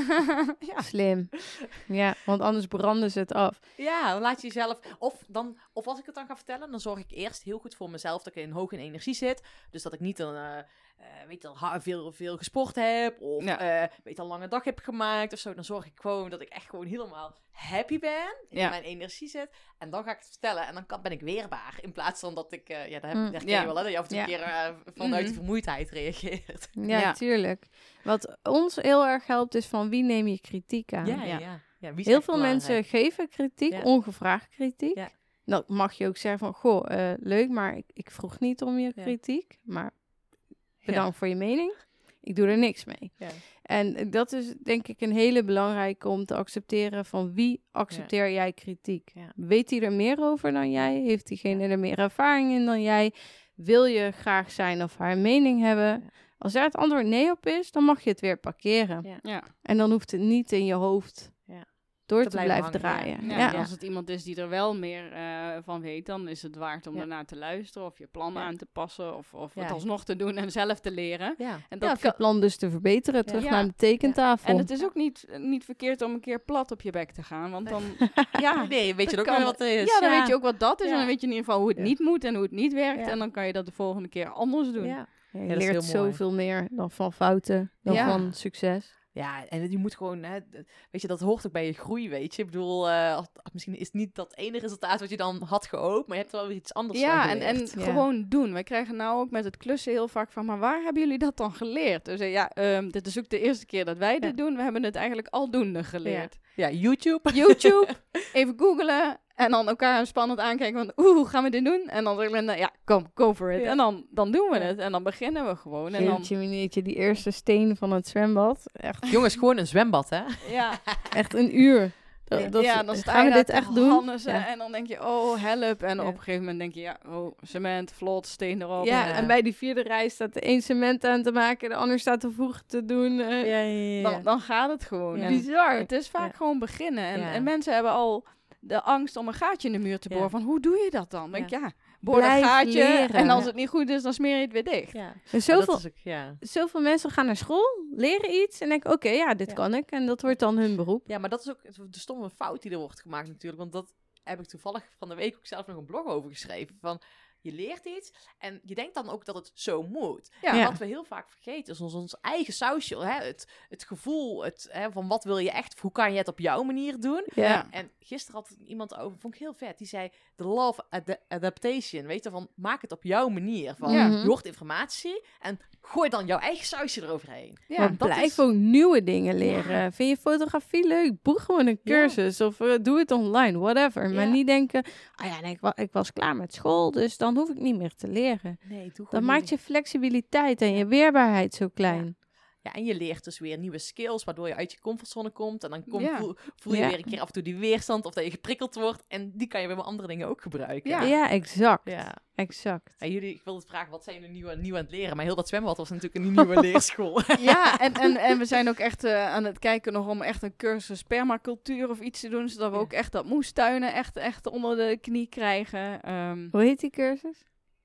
ja. Slim. Ja, want anders branden ze het af. Ja, dan laat je jezelf... Of, dan, of als ik het dan ga vertellen, dan zorg ik eerst heel goed voor mezelf dat ik in hoog in energie zit. Dus dat ik niet een, uh, uh, weet je, al veel, veel gesport heb of ja. uh, weet je, een lange dag heb gemaakt of zo. Dan zorg ik gewoon dat ik echt gewoon helemaal happy ben, in ja. mijn energie zit. En dan ga ik het vertellen en dan kan, ben ik weerbaar. In plaats van dat ik, uh, ja, daar heb mm, ik ja. je wel, hè, dat je af en toe ja. een keer uh, vanuit mm. vermoeidheid reageert. Ja, ja, tuurlijk. Wat ons heel erg helpt is van wie neem je kritiek aan. Ja, ja, ja. ja wie heel veel belangrijk? Mensen geven kritiek, ja. ongevraagd kritiek. Ja. Dan mag je ook zeggen van, goh, uh, leuk, maar ik, ik vroeg niet om je kritiek. Ja. Maar bedankt ja. voor je mening. Ik doe er niks mee. Ja. En dat is denk ik een hele belangrijke om te accepteren van wie accepteer ja. jij kritiek. Ja. Weet hij er meer over dan jij? Heeft diegene ja. er meer ervaring in dan jij? Wil je graag zijn of haar mening hebben? Ja. Als daar het antwoord nee op is, dan mag je het weer parkeren. Ja. Ja. En dan hoeft het niet in je hoofd ja. door te, te blijven, blijven draaien. Ja. Ja. Ja. Als het iemand is die er wel meer uh, van weet, dan is het waard om ja. ernaar te luisteren of je plannen ja. aan te passen of, of ja. het alsnog te doen en zelf te leren. Ja. En dat ja, of je plan dus te verbeteren, ja. terug ja. naar de tekentafel. Ja. En het is ook niet, niet verkeerd om een keer plat op je bek te gaan, want dan ja, nee, weet je ook wel wat er is. Ja, dan ja. weet je ook wat dat is ja. en dan weet je in ieder geval hoe het ja. niet moet en hoe het niet werkt ja. en dan kan je dat de volgende keer anders doen. Ja. Ja, je ja, leert zoveel meer dan van fouten, dan ja. van succes. Ja, en je moet gewoon, hè, weet je, dat hoort ook bij je groei, weet je. Ik bedoel, uh, misschien is het niet dat ene resultaat wat je dan had gehoopt, maar je hebt er wel weer iets anders ja, van geleerd. En, en ja, en gewoon doen. Wij krijgen nou ook met het klussen heel vaak van, maar waar hebben jullie dat dan geleerd? Dus ja, um, dit is ook de eerste keer dat wij ja. dit doen. We hebben het eigenlijk aldoende geleerd. Ja, ja YouTube. YouTube, even googlen. En dan elkaar spannend aankijken van, oeh, hoe gaan we dit doen? En dan zegt Linda, ja, kom, go for it. Ja. En dan, dan doen we ja. het. En dan beginnen we gewoon. Jeetje, en dan... meneertje, die eerste steen van het zwembad. Echt. Jongens, gewoon een zwembad, hè? Ja. Echt een uur. Dat, dat, ja, dan sta gaan je we dit echt doen? Ja. En dan denk je, oh, help. En ja. op een gegeven moment denk je, ja, oh, cement, vlot, steen erop. Ja, ja. en bij die vierde rij staat de een cement aan te maken, de ander staat te voeg te doen. Uh, ja, ja, ja, ja. Dan, dan gaat het gewoon. Ja. Bizar. Het is vaak ja. gewoon beginnen. En, ja. en mensen hebben al de angst om een gaatje in de muur te boren. Ja. Van, hoe doe je dat dan? Dan denk ik, ja, boor Blijf een gaatje. Leren. En als het niet goed is, dan smeer je het weer dicht. Ja. En zoveel, ja, ook, ja. zoveel mensen gaan naar school, leren iets en denken, oké, okay, ja, dit ja. kan ik. En dat wordt dan hun beroep. Ja, maar dat is ook de stomme fout die er wordt gemaakt natuurlijk. Want dat heb ik toevallig van de week ook zelf nog een blog over geschreven. Van, je leert iets en je denkt dan ook dat het zo moet. Ja. Ja. Wat we heel vaak vergeten is ons, ons eigen sausje. Hè? Het, het gevoel het, hè, van wat wil je echt, hoe kan je het op jouw manier doen. Ja. En gisteren had iemand over, vond ik heel vet. Die zei, the law of ad- adaptation. Weet je, van maak het op jouw manier. Van, ja. Je hoort informatie en gooi dan jouw eigen sausje eroverheen. Ja, maar blijf is... ook nieuwe dingen leren. Ja. Vind je fotografie leuk? Boek gewoon een cursus. Ja. Of uh, doe het online, whatever. Ja. Maar niet denken, ah ja, nee, ik, wa- ik was klaar met school, dus dan hoef ik niet meer te leren. Nee, doe dan maakt je flexibiliteit en je weerbaarheid zo klein. Ja. Ja, en je leert dus weer nieuwe skills, waardoor je uit je comfortzone komt. En dan kom, ja. voel, voel je ja. weer een keer af en toe die weerstand of dat je geprikkeld wordt. En die kan je weer met andere dingen ook gebruiken. Ja, ja exact. Ja. exact. En jullie, ik wilde het vragen, wat zijn jullie nieuw, nieuw aan het leren? Maar heel dat zwembad was natuurlijk een nieuwe leerschool. Ja, en, en, en we zijn ook echt uh, aan het kijken nog om echt een cursus permacultuur of iets te doen. Zodat we ja. ook echt dat moestuinen echt, echt onder de knie krijgen. Um, Hoe heet die cursus?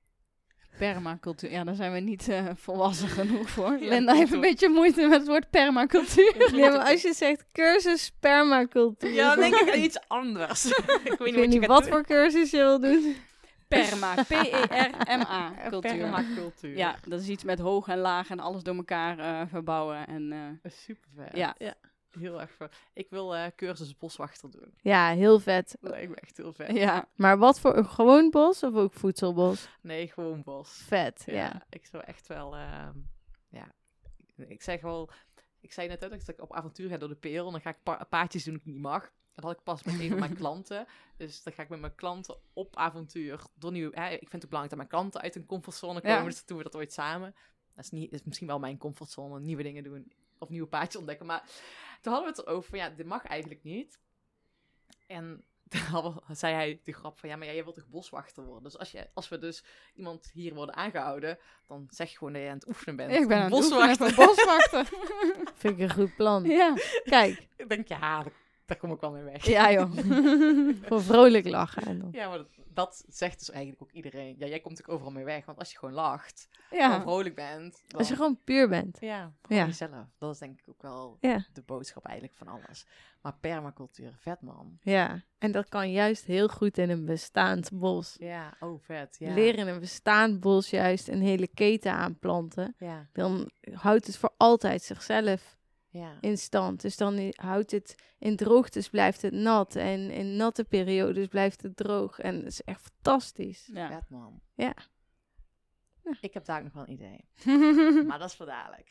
Permacultuur. Ja, daar zijn we niet uh, volwassen genoeg voor. Ja, Linda heeft een beetje moeite met het woord permacultuur. Nee, maar als je zegt cursus permacultuur... Ja, dan denk ik aan iets anders. ik weet niet, ik weet niet wat, wat voor cursus je wil doen. Perma. P E R M A. Cultuur. Permacultuur. Ja, dat is iets met hoog en laag en alles door elkaar uh, verbouwen. En, uh, super vet. Ja. ja. Heel erg vet. Ik wil uh, cursus boswachter doen. Ja, heel vet. Dat lijkt me echt heel vet. Ja. Maar wat voor een gewoon bos of ook voedselbos? Nee, gewoon bos. Vet, ja. ja. Ik zou echt wel... Uh, ja, ik zeg wel... Ik zei net ook dat ik op avontuur ga door de perel. En dan ga ik pa- paardjes doen die ik niet mag. Dat had ik pas met een van mijn klanten. Dus dan ga ik met mijn klanten op avontuur. Door nieuw, hè, ik vind het ook belangrijk dat mijn klanten uit hun comfortzone komen. Ja. Dus doen we dat ooit samen. Dat is, niet, dat is misschien wel mijn comfortzone. Nieuwe dingen doen. Of nieuwe paadjes ontdekken. Maar toen hadden we het erover van ja, dit mag eigenlijk niet. En toen zei hij de grap van ja, maar ja, jij wilt toch boswachter worden? Dus als, je, als we dus iemand hier worden aangehouden, dan zeg je gewoon dat je aan het oefenen bent. Ik ben aan het oefenen van boswachter. Vind ik een goed plan. Ja. Kijk. Ik denk ja, dat, Daar kom ik wel mee weg. Ja, joh. Voor vrolijk lachen. En dan. Ja, maar dat, dat zegt dus eigenlijk ook iedereen. Ja, jij komt natuurlijk overal mee weg. Want als je gewoon lacht, gewoon Ja, vrolijk bent. Dan, als je gewoon puur bent. ja, gewoon Ja. jezelf. Dat is denk ik ook wel Ja. de boodschap eigenlijk van alles. Maar permacultuur, vet man. Ja, en dat kan juist heel goed in een bestaand bos. Ja, oh vet. Ja. Leren in een bestaand bos juist een hele keten aanplanten. Ja, Dan houdt het voor altijd zichzelf ja. in stand. Dus dan i- houdt het in droogtes blijft het nat. En in natte periodes blijft het droog. En dat is echt fantastisch. Ja. Vet man. Ja. Ja. Ik heb daar nog wel een idee. Maar dat is voor dadelijk.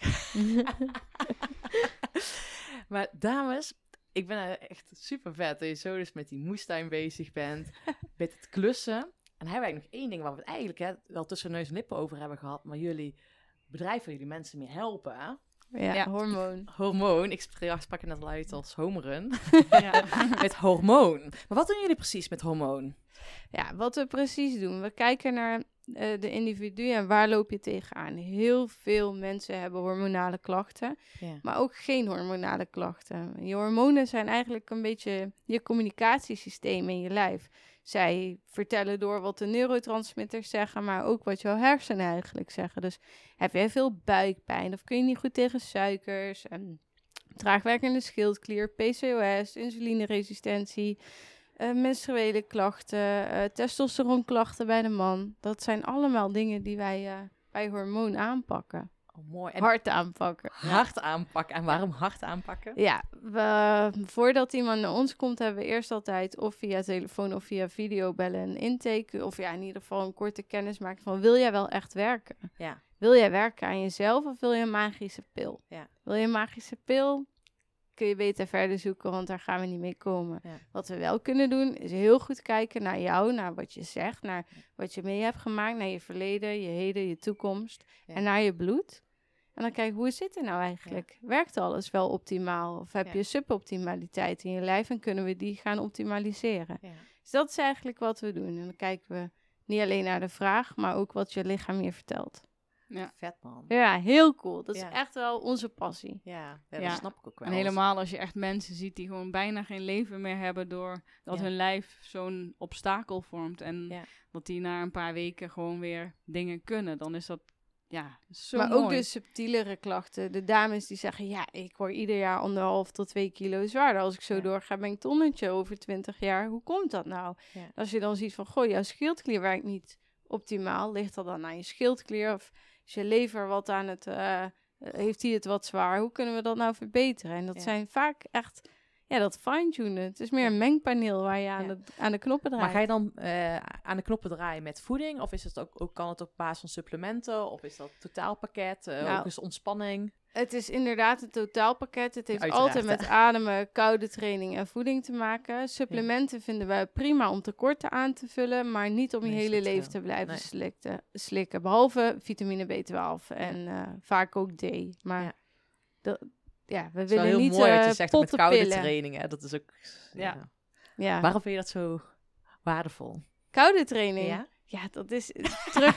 Maar dames, ik ben eh, echt super vet dat je zo dus met die moestuin bezig bent. Met het klussen. En dan hebben wij nog één ding waar we het eigenlijk hè, wel tussen neus en lippen over hebben gehad. Maar jullie bedrijf wil jullie mensen mee helpen. Hè? Ja, Ja. hormoon. Hormoon. Ik sprak, sprak het net al uit als homeren. Ja. Met hormoon. Maar wat doen jullie precies met hormoon? Ja, wat we precies doen. We kijken naar eh, de individuen en waar loop je tegenaan. Heel veel mensen hebben hormonale klachten, Ja. maar ook geen hormonale klachten. Je hormonen zijn eigenlijk een beetje je communicatiesysteem in je lijf. Zij vertellen door wat de neurotransmitters zeggen, maar ook wat jouw hersenen eigenlijk zeggen. Dus heb jij veel buikpijn of kun je niet goed tegen suikers, en traagwerkende schildklier, P C O S, insulineresistentie, uh, menstruele klachten, uh, testosteronklachten bij de man. Dat zijn allemaal dingen die wij uh, bij hormoon aanpakken. Oh, mooi. En Hard aanpakken. hard aanpakken. En waarom hard aanpakken? Ja, we, voordat iemand naar ons komt, hebben we eerst altijd of via telefoon of via video bellen een intake. Of ja, in ieder geval een korte kennismaking van, wil jij wel echt werken? Ja. Wil jij werken aan jezelf of wil je een magische pil? Ja. Wil je een magische pil? Kun je beter verder zoeken, want daar gaan we niet mee komen. Ja. Wat we wel kunnen doen, is heel goed kijken naar jou, naar wat je zegt, naar wat je mee hebt gemaakt, naar je verleden, je heden, je toekomst Ja. en naar je bloed. En dan kijken, hoe zit het nou eigenlijk? Werkt alles wel optimaal? Of heb Ja. je suboptimaliteit in je lijf en kunnen we die gaan optimaliseren? Ja. Dus dat is eigenlijk wat we doen. En dan kijken we niet alleen naar de vraag, maar ook wat je lichaam je vertelt. Ja. Vet man. Ja, heel cool. Dat Ja. is echt wel onze passie. Ja, ja, Ja. dat snap ik ook wel. En helemaal als je echt mensen ziet die gewoon bijna geen leven meer hebben doordat Ja. hun lijf zo'n obstakel vormt. En Ja. dat die na een paar weken gewoon weer dingen kunnen. Dan is dat, ja, zo maar mooi. ook de subtielere klachten. De dames die zeggen, ja, ik word ieder jaar anderhalf tot twee kilo zwaarder. Als ik zo Ja. doorga, ben ik tonnetje over twintig jaar. Hoe komt dat nou? Ja. Als je dan ziet van, goh, jouw schildklier werkt niet optimaal. Ligt dat dan aan je schildklier? Of is je lever wat aan het... Uh, heeft hij het wat zwaar? Hoe kunnen we dat nou verbeteren? En dat Ja. zijn vaak echt... Ja, dat fine-tunen. Het is meer een mengpaneel waar je aan, Ja. de, aan de knoppen draait. Maar ga je dan uh, aan de knoppen draaien met voeding? Of is het ook, ook, kan het op basis van supplementen? Of is dat totaalpakket? Uh, Nou, ook eens ontspanning? Het is inderdaad een totaalpakket. Het heeft Uiteraard, altijd met hè? ademen, koude training en voeding te maken. Supplementen vinden wij prima om tekorten aan te vullen, maar niet om je Nee, is hele niet leven veel. te blijven Nee. slikten, slikken. Behalve vitamine B twaalf en uh, vaak ook D. Maar Ja. dat, ja, we Het is wel willen heel niet mooi wat uh, je zegt met koude pottenpillen. training. Hè? Dat is ook... Ja. Ja. Ja. Waarom vind je dat zo waardevol? Koude training. Ja? Ja, dat is terug,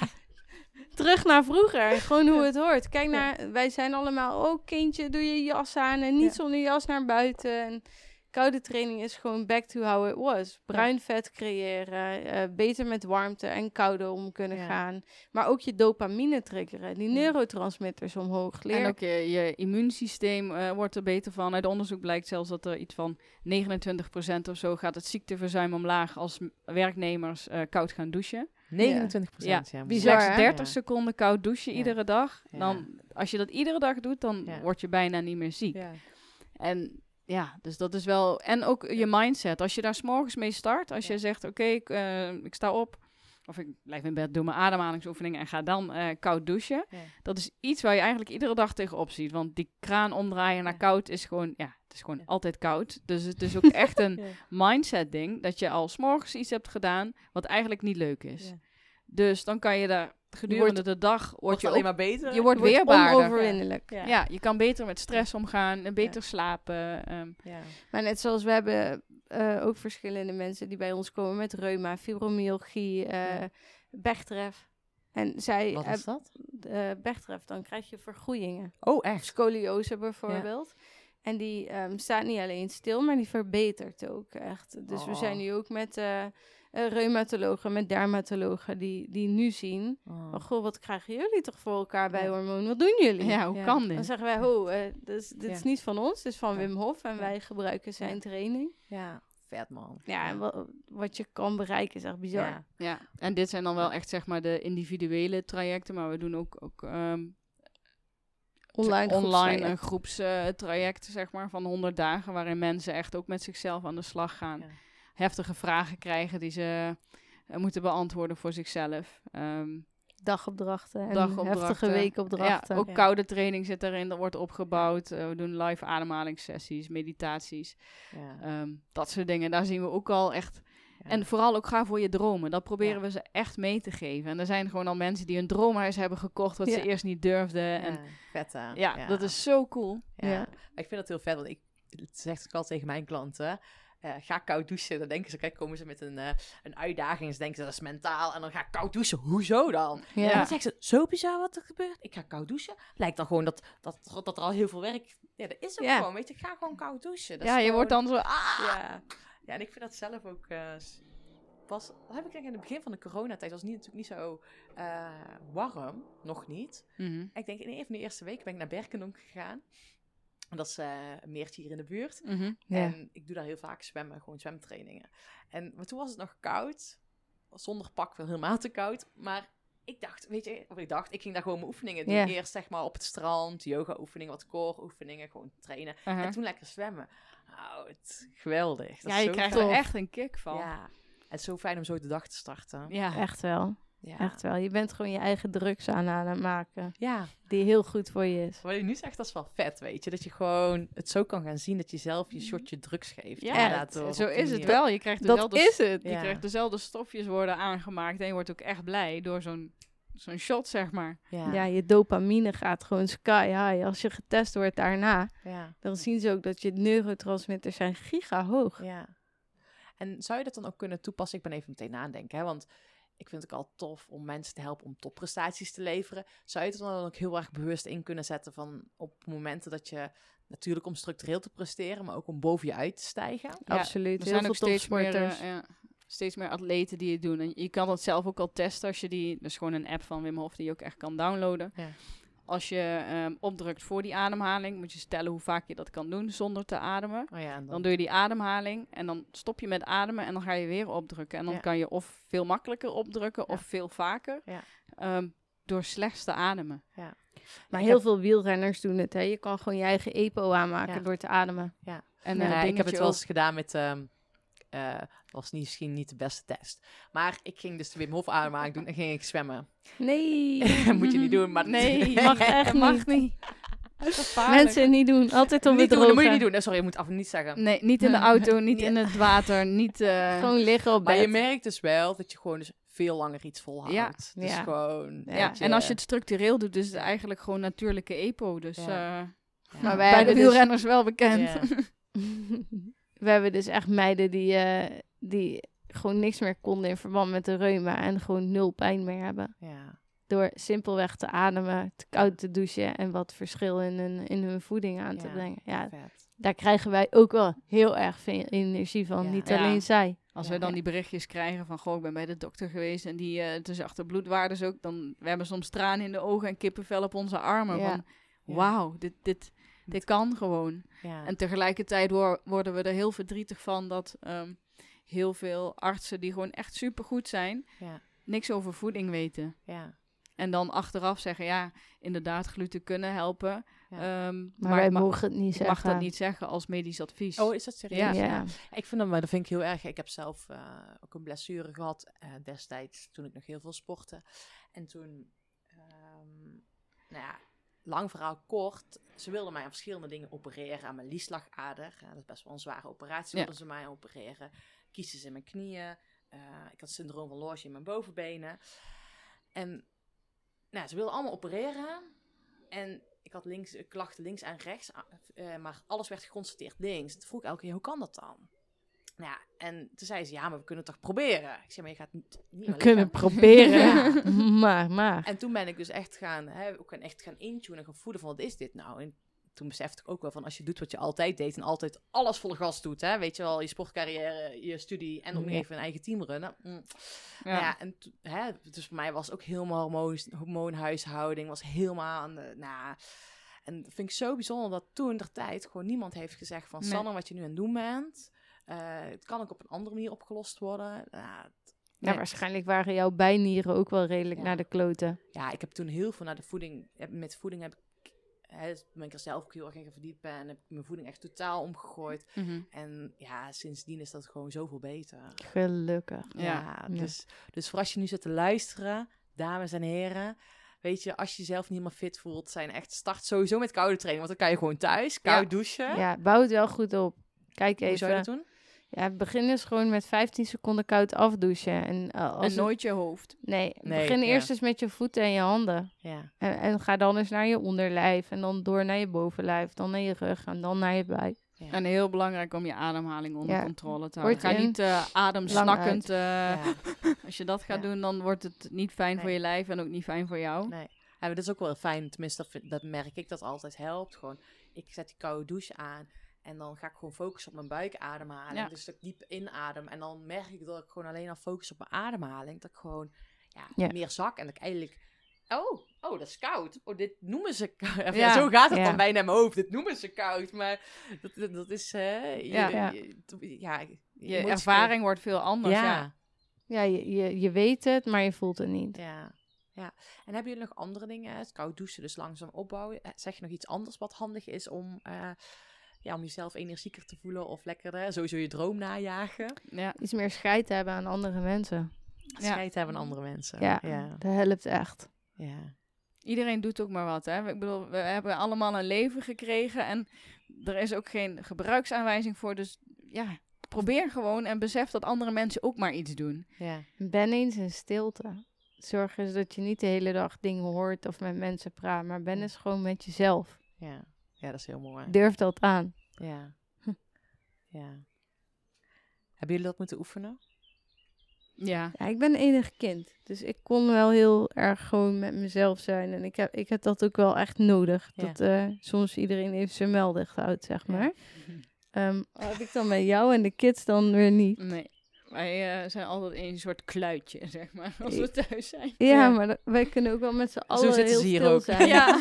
terug naar vroeger. Gewoon hoe het hoort. Kijk naar, wij zijn allemaal, oh kindje, doe je jas aan en niet Ja. zonder jas naar buiten. En koude training is gewoon back to how it was. Bruin vet creëren, uh, beter met warmte en koude om kunnen Ja. gaan. Maar ook je dopamine triggeren, die Ja. neurotransmitters omhoog. Leer En ook je, je immuunsysteem uh, wordt er beter van. Uit onderzoek blijkt zelfs dat er iets van negenentwintig procent of zo gaat het ziekteverzuim omlaag als m- werknemers uh, koud gaan douchen. negenentwintig procent. Ja. Bizar, Slechts hè? dertig Ja. seconden koud douchen Ja. iedere dag. Ja. Dan, als je dat iedere dag doet, dan Ja. word je bijna niet meer ziek. Ja. En ja, dus dat is wel... En ook je mindset. Als je daar 's morgens mee start. Als Ja. je zegt, oké, ik, uh, ik sta op. Of ik blijf in bed, doe mijn ademhalingsoefeningen en ga dan uh, koud douchen. Ja. Dat is iets waar je eigenlijk iedere dag tegenop ziet. Want die kraan omdraaien naar Ja. koud is gewoon... Ja, het is gewoon Ja. altijd koud. Dus het is ook echt een Ja. mindset ding. Dat je al 's morgens iets hebt gedaan wat eigenlijk niet leuk is. Ja. Dus dan kan je daar gedurende wordt- de dag... Word Wordt je alleen ook- maar beter? je wordt wordt weerbaarder. onoverwinnelijk. Ja. Ja, je kan beter met stress omgaan en beter slapen. ehm. Ja. Maar net zoals we hebben uh, ook verschillende mensen die bij ons komen met reuma, fibromyalgie, uh, Ja. Bechterew. En zij Wat heb- is dat? uh, Bechterew, dan krijg je vergroeien. Oh, echt? Scoliose bijvoorbeeld. En die um, staat niet alleen stil, maar die verbetert ook echt. Dus Oh. we zijn nu ook met uh, uh, reumatologen, met dermatologen die, die nu zien... Oh. Oh, goh, wat krijgen jullie toch voor elkaar bij Ja. hormoon? Wat doen jullie? Ja, hoe Ja. kan Dan dit? zeggen wij, oh, uh, dus, dit Ja. is niet van ons, dit is van Ja. Wim Hof. En Ja. wij gebruiken zijn Ja. training. Ja, vet man. Ja, en wa- wat je kan bereiken is echt bizar. Ja. Ja, en dit zijn dan wel echt zeg maar de individuele trajecten, maar we doen ook, ook um, Online, online een groepstraject uh, zeg maar van honderd dagen, waarin mensen echt ook met zichzelf aan de slag gaan. Ja. Heftige vragen krijgen die ze uh, moeten beantwoorden voor zichzelf. Um, Dagopdrachten en Dagopdrachten. heftige weekopdrachten. Ja, ook Ja. koude training zit erin, dat wordt opgebouwd. Uh, we doen live ademhalingssessies, meditaties, Ja. um, dat soort dingen. Daar zien we ook al echt... Ja. En vooral ook ga voor je dromen. Dat proberen Ja. we ze echt mee te geven. En er zijn gewoon al mensen die een droomhuis hebben gekocht... wat Ja. ze eerst niet durfden. Ja, En vet hè? ja, dat is zo cool. Ja. Ja. Maar ik vind dat heel vet, want ik dat zeg ik al tegen mijn klanten. Uh, ga koud douchen. Dan denken ze, kijk, komen ze met een, uh, een uitdaging. En ze denken ze, dat is mentaal. En dan ga ik koud douchen. Hoezo dan? Ja. En dan zeggen ze, zo bizar wat er gebeurt. Ik ga koud douchen. Lijkt dan gewoon dat, dat, dat er al heel veel werk... Ja, dat is ook Ja. gewoon. Weet je, ik ga gewoon koud douchen. Dat Ja, is je gewoon- wordt dan zo... Ah! Ja. Ja, en ik vind dat zelf ook... Uh, pas, dat heb ik denk in het begin van de coronatijd. was niet, natuurlijk niet zo uh, warm. Nog niet. Mm-hmm. Ik denk in een van de eerste weken ben ik naar Berkenonk gegaan. En dat is uh, een meertje hier in de buurt. Mm-hmm. Ja. En ik doe daar heel vaak zwemmen, gewoon zwemtrainingen. En maar toen was het nog koud. Zonder pak wel helemaal te koud. Maar ik dacht, weet je, of ik dacht, ik ging daar gewoon mijn oefeningen doen. Ja. Eerst zeg maar op het strand, yoga oefeningen, wat core oefeningen, gewoon trainen. Uh-huh. En toen lekker zwemmen. Nou, het geweldig. Dat Ja, is je zo krijgt fijn. er echt een kick van. Ja. Ja, het is zo fijn om zo de dag te starten. Ja. Echt wel. Ja. Echt wel. Je bent gewoon je eigen drugs aan aan het maken. Ja, Die heel goed voor je is. wat je nu zegt, dat is wel vet, weet je. Dat je gewoon het zo kan gaan zien dat je zelf je shotje drugs geeft. Ja, Inderdaad, het- door zo op die is het manier. wel. Je krijgt Dat dezelfde, is het. je Ja. krijgt dezelfde stofjes worden aangemaakt. En je wordt ook echt blij door zo'n, zo'n shot, zeg maar. Ja, Ja, je dopamine gaat gewoon sky high. Als je getest wordt daarna, ja, dan zien ze ook dat je neurotransmitters zijn giga hoog. ja. En zou je dat dan ook kunnen toepassen? Ik ben even meteen aan het denken, hè, want ik vind het ook al tof om mensen te helpen om topprestaties te leveren. Zou je het er dan ook heel erg bewust in kunnen zetten van op momenten dat je natuurlijk om structureel te presteren, maar ook om boven je uit te stijgen? Ja, Absoluut. Er Heel zijn veel ook steeds meer, topsporters. uh, ja, steeds meer atleten die het doen. En je kan dat zelf ook al testen als je die... Dus gewoon een app van Wim Hof die je ook echt kan downloaden. Ja. Als je um, opdrukt voor die ademhaling, moet je stellen hoe vaak je dat kan doen zonder te ademen. Oh ja, en dan, Dan doe je die ademhaling en dan stop je met ademen en dan ga je weer opdrukken. En dan Ja. kan je of veel makkelijker opdrukken Ja. of veel vaker. Ja. Um, door slechts te ademen. Maar Ik heel heb- veel wielrenners doen het. Hè. Je kan gewoon je eigen E P O aanmaken Ja. door te ademen. En Ja, uh, Ja, ik heb dingetje het wel ook- eens gedaan met... Um, uh, was niet, misschien niet de beste test. Maar ik ging dus de Wim Hof ademhaling doen en ging ik zwemmen. Nee, Moet je niet doen, maar... Nee, mag echt mag niet. niet. Dat is gevaarlijk. mensen niet doen. Altijd op niet het doen, dat moet je droge. niet doen. Nee, sorry, je moet af en niet zeggen. Nee, niet in de auto, niet in het water, niet... Uh, Gewoon liggen op Maar bed. je merkt dus wel dat je gewoon dus veel langer iets volhoudt. Ja. Dus Ja. gewoon... Ja, ja, dat en als je het structureel doet, is het eigenlijk gewoon natuurlijke E P O. Dus Ja. uh, Ja. Maar wij bij de hebben dus- wielrenners wel bekend. Ja. We hebben dus echt meiden die, eh, die gewoon niks meer konden in verband met de reuma. En gewoon nul pijn meer hebben. Ja. Door simpelweg te ademen, te koud te douchen en wat verschil in hun, in hun voeding aan te Ja. brengen. Ja, Vet. daar krijgen wij ook wel heel erg veel energie van. Ja. Niet Ja. alleen zij. Als Ja. we dan die berichtjes krijgen van, goh, ik ben bij de dokter geweest en die, uh, toen zag de bloedwaardes ook, dan, we hebben soms tranen in de ogen en kippenvel op onze armen. Ja. Van, Ja. wauw, dit, dit, dit kan gewoon. Ja. En tegelijkertijd wo- worden we er heel verdrietig van dat um, heel veel artsen die gewoon echt supergoed zijn, Ja. niks over voeding weten. Ja. En dan achteraf zeggen, ja, inderdaad, gluten kunnen helpen. Ja. Um, Maar, wij ik ma- mogen het niet ik mag zeggen. dat niet zeggen als medisch advies. Oh, is dat serieus? Ja. Ja. Ik vind dat, maar dat vind ik heel erg. Ik heb zelf uh, ook een blessure gehad uh, destijds toen ik nog heel veel sportte. En toen, um, nou ja, lang verhaal kort, ze wilden mij aan verschillende dingen opereren. Aan mijn liesslagader, uh, dat is best wel een zware operatie, Ja. wilden ze mij opereren. Kiesjes in mijn knieën. Uh, ik had syndroom van Loge in mijn bovenbenen. En nou, ze wilden allemaal opereren. En ik had links, klachten links en rechts, uh, maar alles werd geconstateerd links. Toen vroeg ik elke keer, hoe kan dat dan? Nou ja, en toen zei ze, ja, maar we kunnen het toch proberen? Ik zei, maar je gaat niet, niet We mijn kunnen lichaam- proberen. Ja. maar, maar. En toen ben ik dus echt gaan, hè, ook gaan echt gaan intunen en gaan voeden van, wat is dit nou? En toen besefte ik ook wel van als je doet wat je altijd deed en altijd alles vol gas doet, hè, weet je wel, je sportcarrière, je studie en ook nog Ja. even een eigen team runnen. Mm. Ja. Nou ja, en to- hè, dus voor mij was ook helemaal hormoon, hormoonhuishouding, was helemaal aan de, nou, en dat vind ik zo bijzonder dat toen der tijd gewoon niemand heeft gezegd van Nee. Sanne, wat je nu aan het doen bent, uh, het kan ook op een andere manier opgelost worden. Nou, het- Ja, nee. waarschijnlijk waren jouw bijnieren ook wel redelijk Ja. naar de kloten. Ja, ik heb toen heel veel naar de voeding, heb- met voeding heb ik, hè, ben ik er zelf ook heel erg in verdiept ben en heb ik mijn voeding echt totaal omgegooid. Mhm. En ja, sindsdien is dat gewoon zoveel beter. Gelukkig. Ja, Ja. dus, dus voor als je nu zit te luisteren, dames en heren, weet je, als je jezelf niet meer fit voelt, zijn echt start sowieso met koude training, want dan kan je gewoon thuis, koud Ja. douchen. Ja, bouw het wel goed op. Kijk Hoe zou je dat even. doen? Ja, begin eens gewoon met vijftien seconden koud afdouchen. En, uh, als En het- nooit je hoofd. Nee, Nee, begin ja. eerst eens met je voeten en je handen. Ja, En, en ga dan eens naar je onderlijf. En dan door naar je bovenlijf. Dan naar je rug. En dan naar je buik. ja. En heel belangrijk om je ademhaling onder Ja. controle te houden. Kort Ga in, niet uh, ademsnakkend. Uh, ja. Als je dat gaat Ja. doen, dan wordt het niet fijn Nee. voor je lijf en ook niet fijn voor jou. Nee. Ja, maar dat is ook wel fijn, tenminste, dat, vind- dat merk ik dat altijd helpt. Gewoon, ik zet die koude douche aan en dan ga ik gewoon focussen op mijn buikademhaling. Ja. Dus dat ik diep inadem en dan merk ik dat ik gewoon alleen al focus op mijn ademhaling. Dat ik gewoon ja, Ja. meer zak en dat ik eigenlijk... Oh, oh, dat is koud. Oh, dit noemen ze koud. Ja, Ja. zo gaat het Ja. dan bijna in mijn hoofd. Dit noemen ze koud, maar dat, dat, dat is... hè je, Ja. ja. Ja. Je, ja, je Je moet- ervaring wordt veel anders. Ja. Ja. Ja, je, je, je weet het, maar je voelt het niet. Ja, ja. En hebben jullie nog andere dingen? Het koud douchen, dus langzaam opbouwen. Eh, Zeg je nog iets anders wat handig is om, eh, ja, om jezelf energieker te voelen of lekkerder? Sowieso je droom najagen. Ja. Iets meer scheid hebben aan andere mensen. Scheid hebben aan andere mensen. Ja, Ja. dat helpt echt. Ja. Iedereen doet ook maar wat. Hè? Ik bedoel, we hebben allemaal een leven gekregen en er is ook geen gebruiksaanwijzing voor. Dus ja, probeer gewoon en besef dat andere mensen ook maar iets doen. Ja. Ben eens in stilte. Zorg eens dat je niet de hele dag dingen hoort of met mensen praat. Maar ben eens gewoon met jezelf. Ja. Ja, dat is heel mooi. Durf dat aan. Ja. Ja. Hebben jullie dat moeten oefenen? Ja. Ja, ik ben enig kind. Dus ik kon wel heel erg gewoon met mezelf zijn. En ik heb, ik heb dat ook wel echt nodig. Ja. Dat eh, soms iedereen even zijn mel dicht houdt, zeg maar. Ehm, heb ik dan met jou en de kids dan weer niet. Nee. Wij eh, zijn altijd een soort kluitje, zeg maar, als we thuis zijn. Ja, Ja. maar dat- wij kunnen ook wel met z'n allen zitten heel ze hier stil ook. zijn. Ja.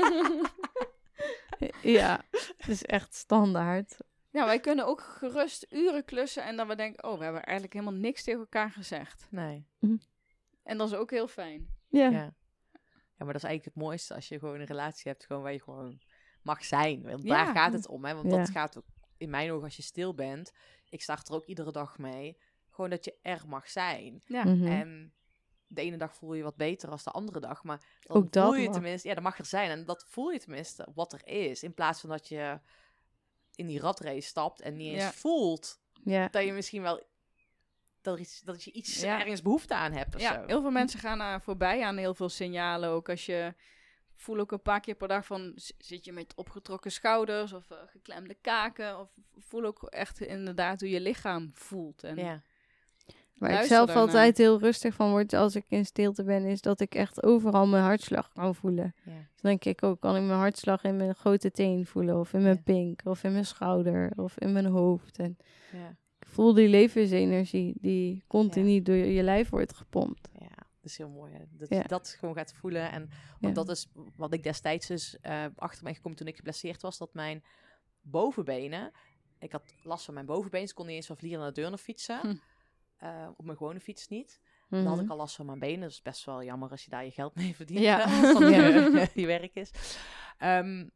Ja, dat is echt standaard. Ja, wij kunnen ook gerust uren klussen en dan we denken, oh, we hebben eigenlijk helemaal niks tegen elkaar gezegd. Nee. En dat is ook heel fijn. Ja, Ja. Ja, maar dat is eigenlijk het mooiste als je gewoon een relatie hebt, gewoon waar je gewoon mag zijn. Want Ja. daar gaat het om, hè. Want Ja. dat gaat ook, in mijn ogen, als je stil bent, ik start er ook iedere dag mee, gewoon dat je er mag zijn. Ja. Mhm. En de ene dag voel je wat beter als de andere dag, maar dan Ook dat voel je mag. tenminste, ja, dat mag er zijn. En dat voel je tenminste wat er is, in plaats van dat je in die ratrace stapt en niet eens Ja. voelt ja. dat je misschien wel, dat, er iets, dat je iets Ja. ergens behoefte aan hebt of Ja, zo. heel veel mensen gaan uh, voorbij aan heel veel signalen ook. Als je voel ook een paar keer per dag van, z- zit je met opgetrokken schouders of uh, geklemde kaken. Of voel ook echt inderdaad hoe je lichaam voelt. En Ja. Waar ik luister zelf daarnaar. altijd heel rustig van word als ik in stilte ben, is dat ik echt overal mijn hartslag kan voelen. Ja. Dus dan denk ik ook, kan ik mijn hartslag in mijn grote teen voelen, of in mijn Ja. pink, of in mijn schouder, of in mijn hoofd. En Ja. ik voel die levensenergie die continu door je lijf wordt gepompt. Ja, dat is heel mooi. Hè? Dat Ja. je dat gewoon gaat voelen. En want Ja. dat is wat ik destijds dus uh, achter mij gekomen toen ik geblesseerd was, dat mijn bovenbenen, ik had last van mijn bovenbenen, dus ik kon niet eens van vliegen naar de deur naar fietsen. Hm. Uh, op mijn gewone fiets niet. Mhm. Dan had ik al last van mijn benen. Dat is best wel jammer als je daar je geld mee verdient. Ja. Als dat je, je werk is. Um,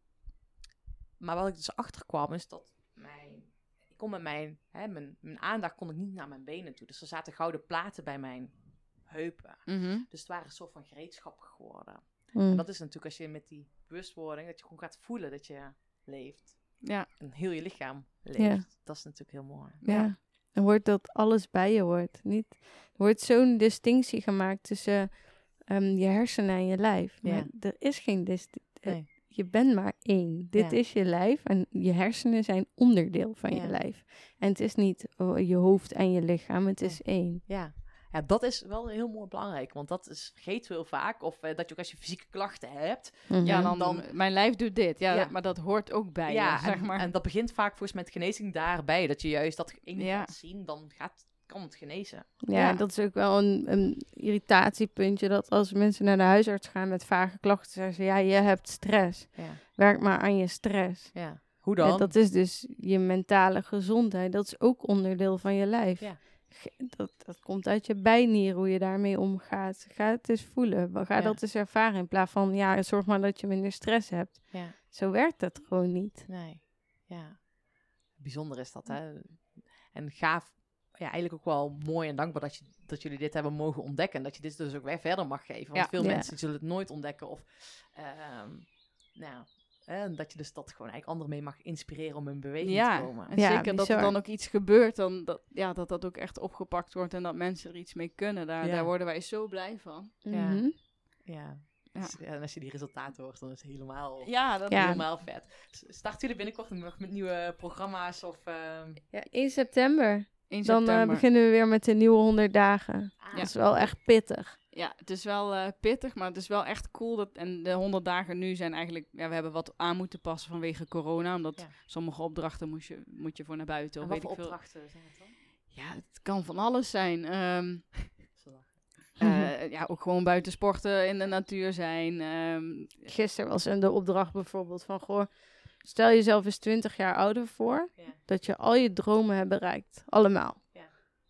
maar wat ik dus achterkwam is dat mijn... Ik kon met mijn, hè, mijn... Mijn aandacht kon ik niet naar mijn benen toe. Dus er zaten gouden platen bij mijn heupen. Mhm. Dus het waren een soort van gereedschap geworden. Mm. En dat is natuurlijk als je met die bewustwording... dat je gewoon gaat voelen dat je leeft. Ja. En heel je lichaam leeft. Ja. Dat is natuurlijk heel mooi. Ja. Dan wordt dat alles bij je hoort. Niet, er wordt zo'n distinctie gemaakt tussen um, je hersenen en je lijf. Maar Ja. er is geen distinctie. Nee. Je bent maar één. Dit Ja. is je lijf en je hersenen zijn onderdeel van Ja. je lijf. En het is niet oh, je hoofd en je lichaam, het Nee. is één. Ja. Ja, dat is wel heel mooi belangrijk. Want dat is, vergeten we heel vaak. Of uh, dat je ook als je fysieke klachten hebt. Mhm. Ja, dan, Dan- mijn lijf doet dit. Ja, Ja. dat- maar dat hoort ook bij ja, je, zeg en, maar. en dat begint vaak volgens mij met genezing daarbij. Dat je juist dat ene Ja. gaat zien, dan gaat, kan het genezen. Ja, Ja. dat is ook wel een, een irritatiepuntje. Dat als mensen naar de huisarts gaan met vage klachten, zeggen ze, ja, je hebt stress. Ja. Werk maar aan je stress. ja. Hoe dan? En dat is dus je mentale gezondheid. Dat is ook onderdeel van je lijf. Ja. Ge- Dat, dat komt uit je bijnier, hoe je daarmee omgaat. Ga het eens voelen. Ga Ja. dat eens ervaren. In plaats van, ja, zorg maar dat je minder stress hebt. Ja. Zo werkt het gewoon niet. Nee. Ja. Bijzonder is dat, hè? En gaaf. Ja, eigenlijk ook wel mooi en dankbaar dat, je, dat jullie dit hebben mogen ontdekken. Dat je dit dus ook weer verder mag geven. Want Ja. veel Ja. mensen zullen het nooit ontdekken. Of, ehm, nou, hè, dat je dus dat gewoon eigenlijk anderen mee mag inspireren om in beweging Ja, te komen. en Ja, zeker dat er bizar. dan ook iets gebeurt, dan dat, ja, dat dat ook echt opgepakt wordt en dat mensen er iets mee kunnen. Daar, Ja. daar worden wij zo blij van. Ja. Mhm. Ja. Ja. Dus, ja, en als je die resultaten hoort, dan is het helemaal, Ja, dat Ja. helemaal vet. S- Starten jullie binnenkort nog met nieuwe programma's? Of, ehm, Ja, in september. in Dan eh, september. beginnen we weer met de nieuwe honderd dagen. ah, Dat is wel echt pittig. Ja, het is wel eh, pittig, maar het is wel echt cool. Dat, en de honderd dagen nu zijn eigenlijk... Ja, we hebben wat aan moeten passen vanwege corona. Omdat Ja. sommige opdrachten moet je, moet je voor naar buiten. En Of wat weet voor ik veel. opdrachten zijn het dan? Ja, het kan van alles zijn. Ehm, Zo lachen. eh, ja, ook gewoon buiten sporten, in de natuur zijn. Ehm, Gisteren was er de opdracht bijvoorbeeld van, goh, stel jezelf eens twintig jaar ouder voor, Ja. dat je al je dromen hebt bereikt. Allemaal. Ja.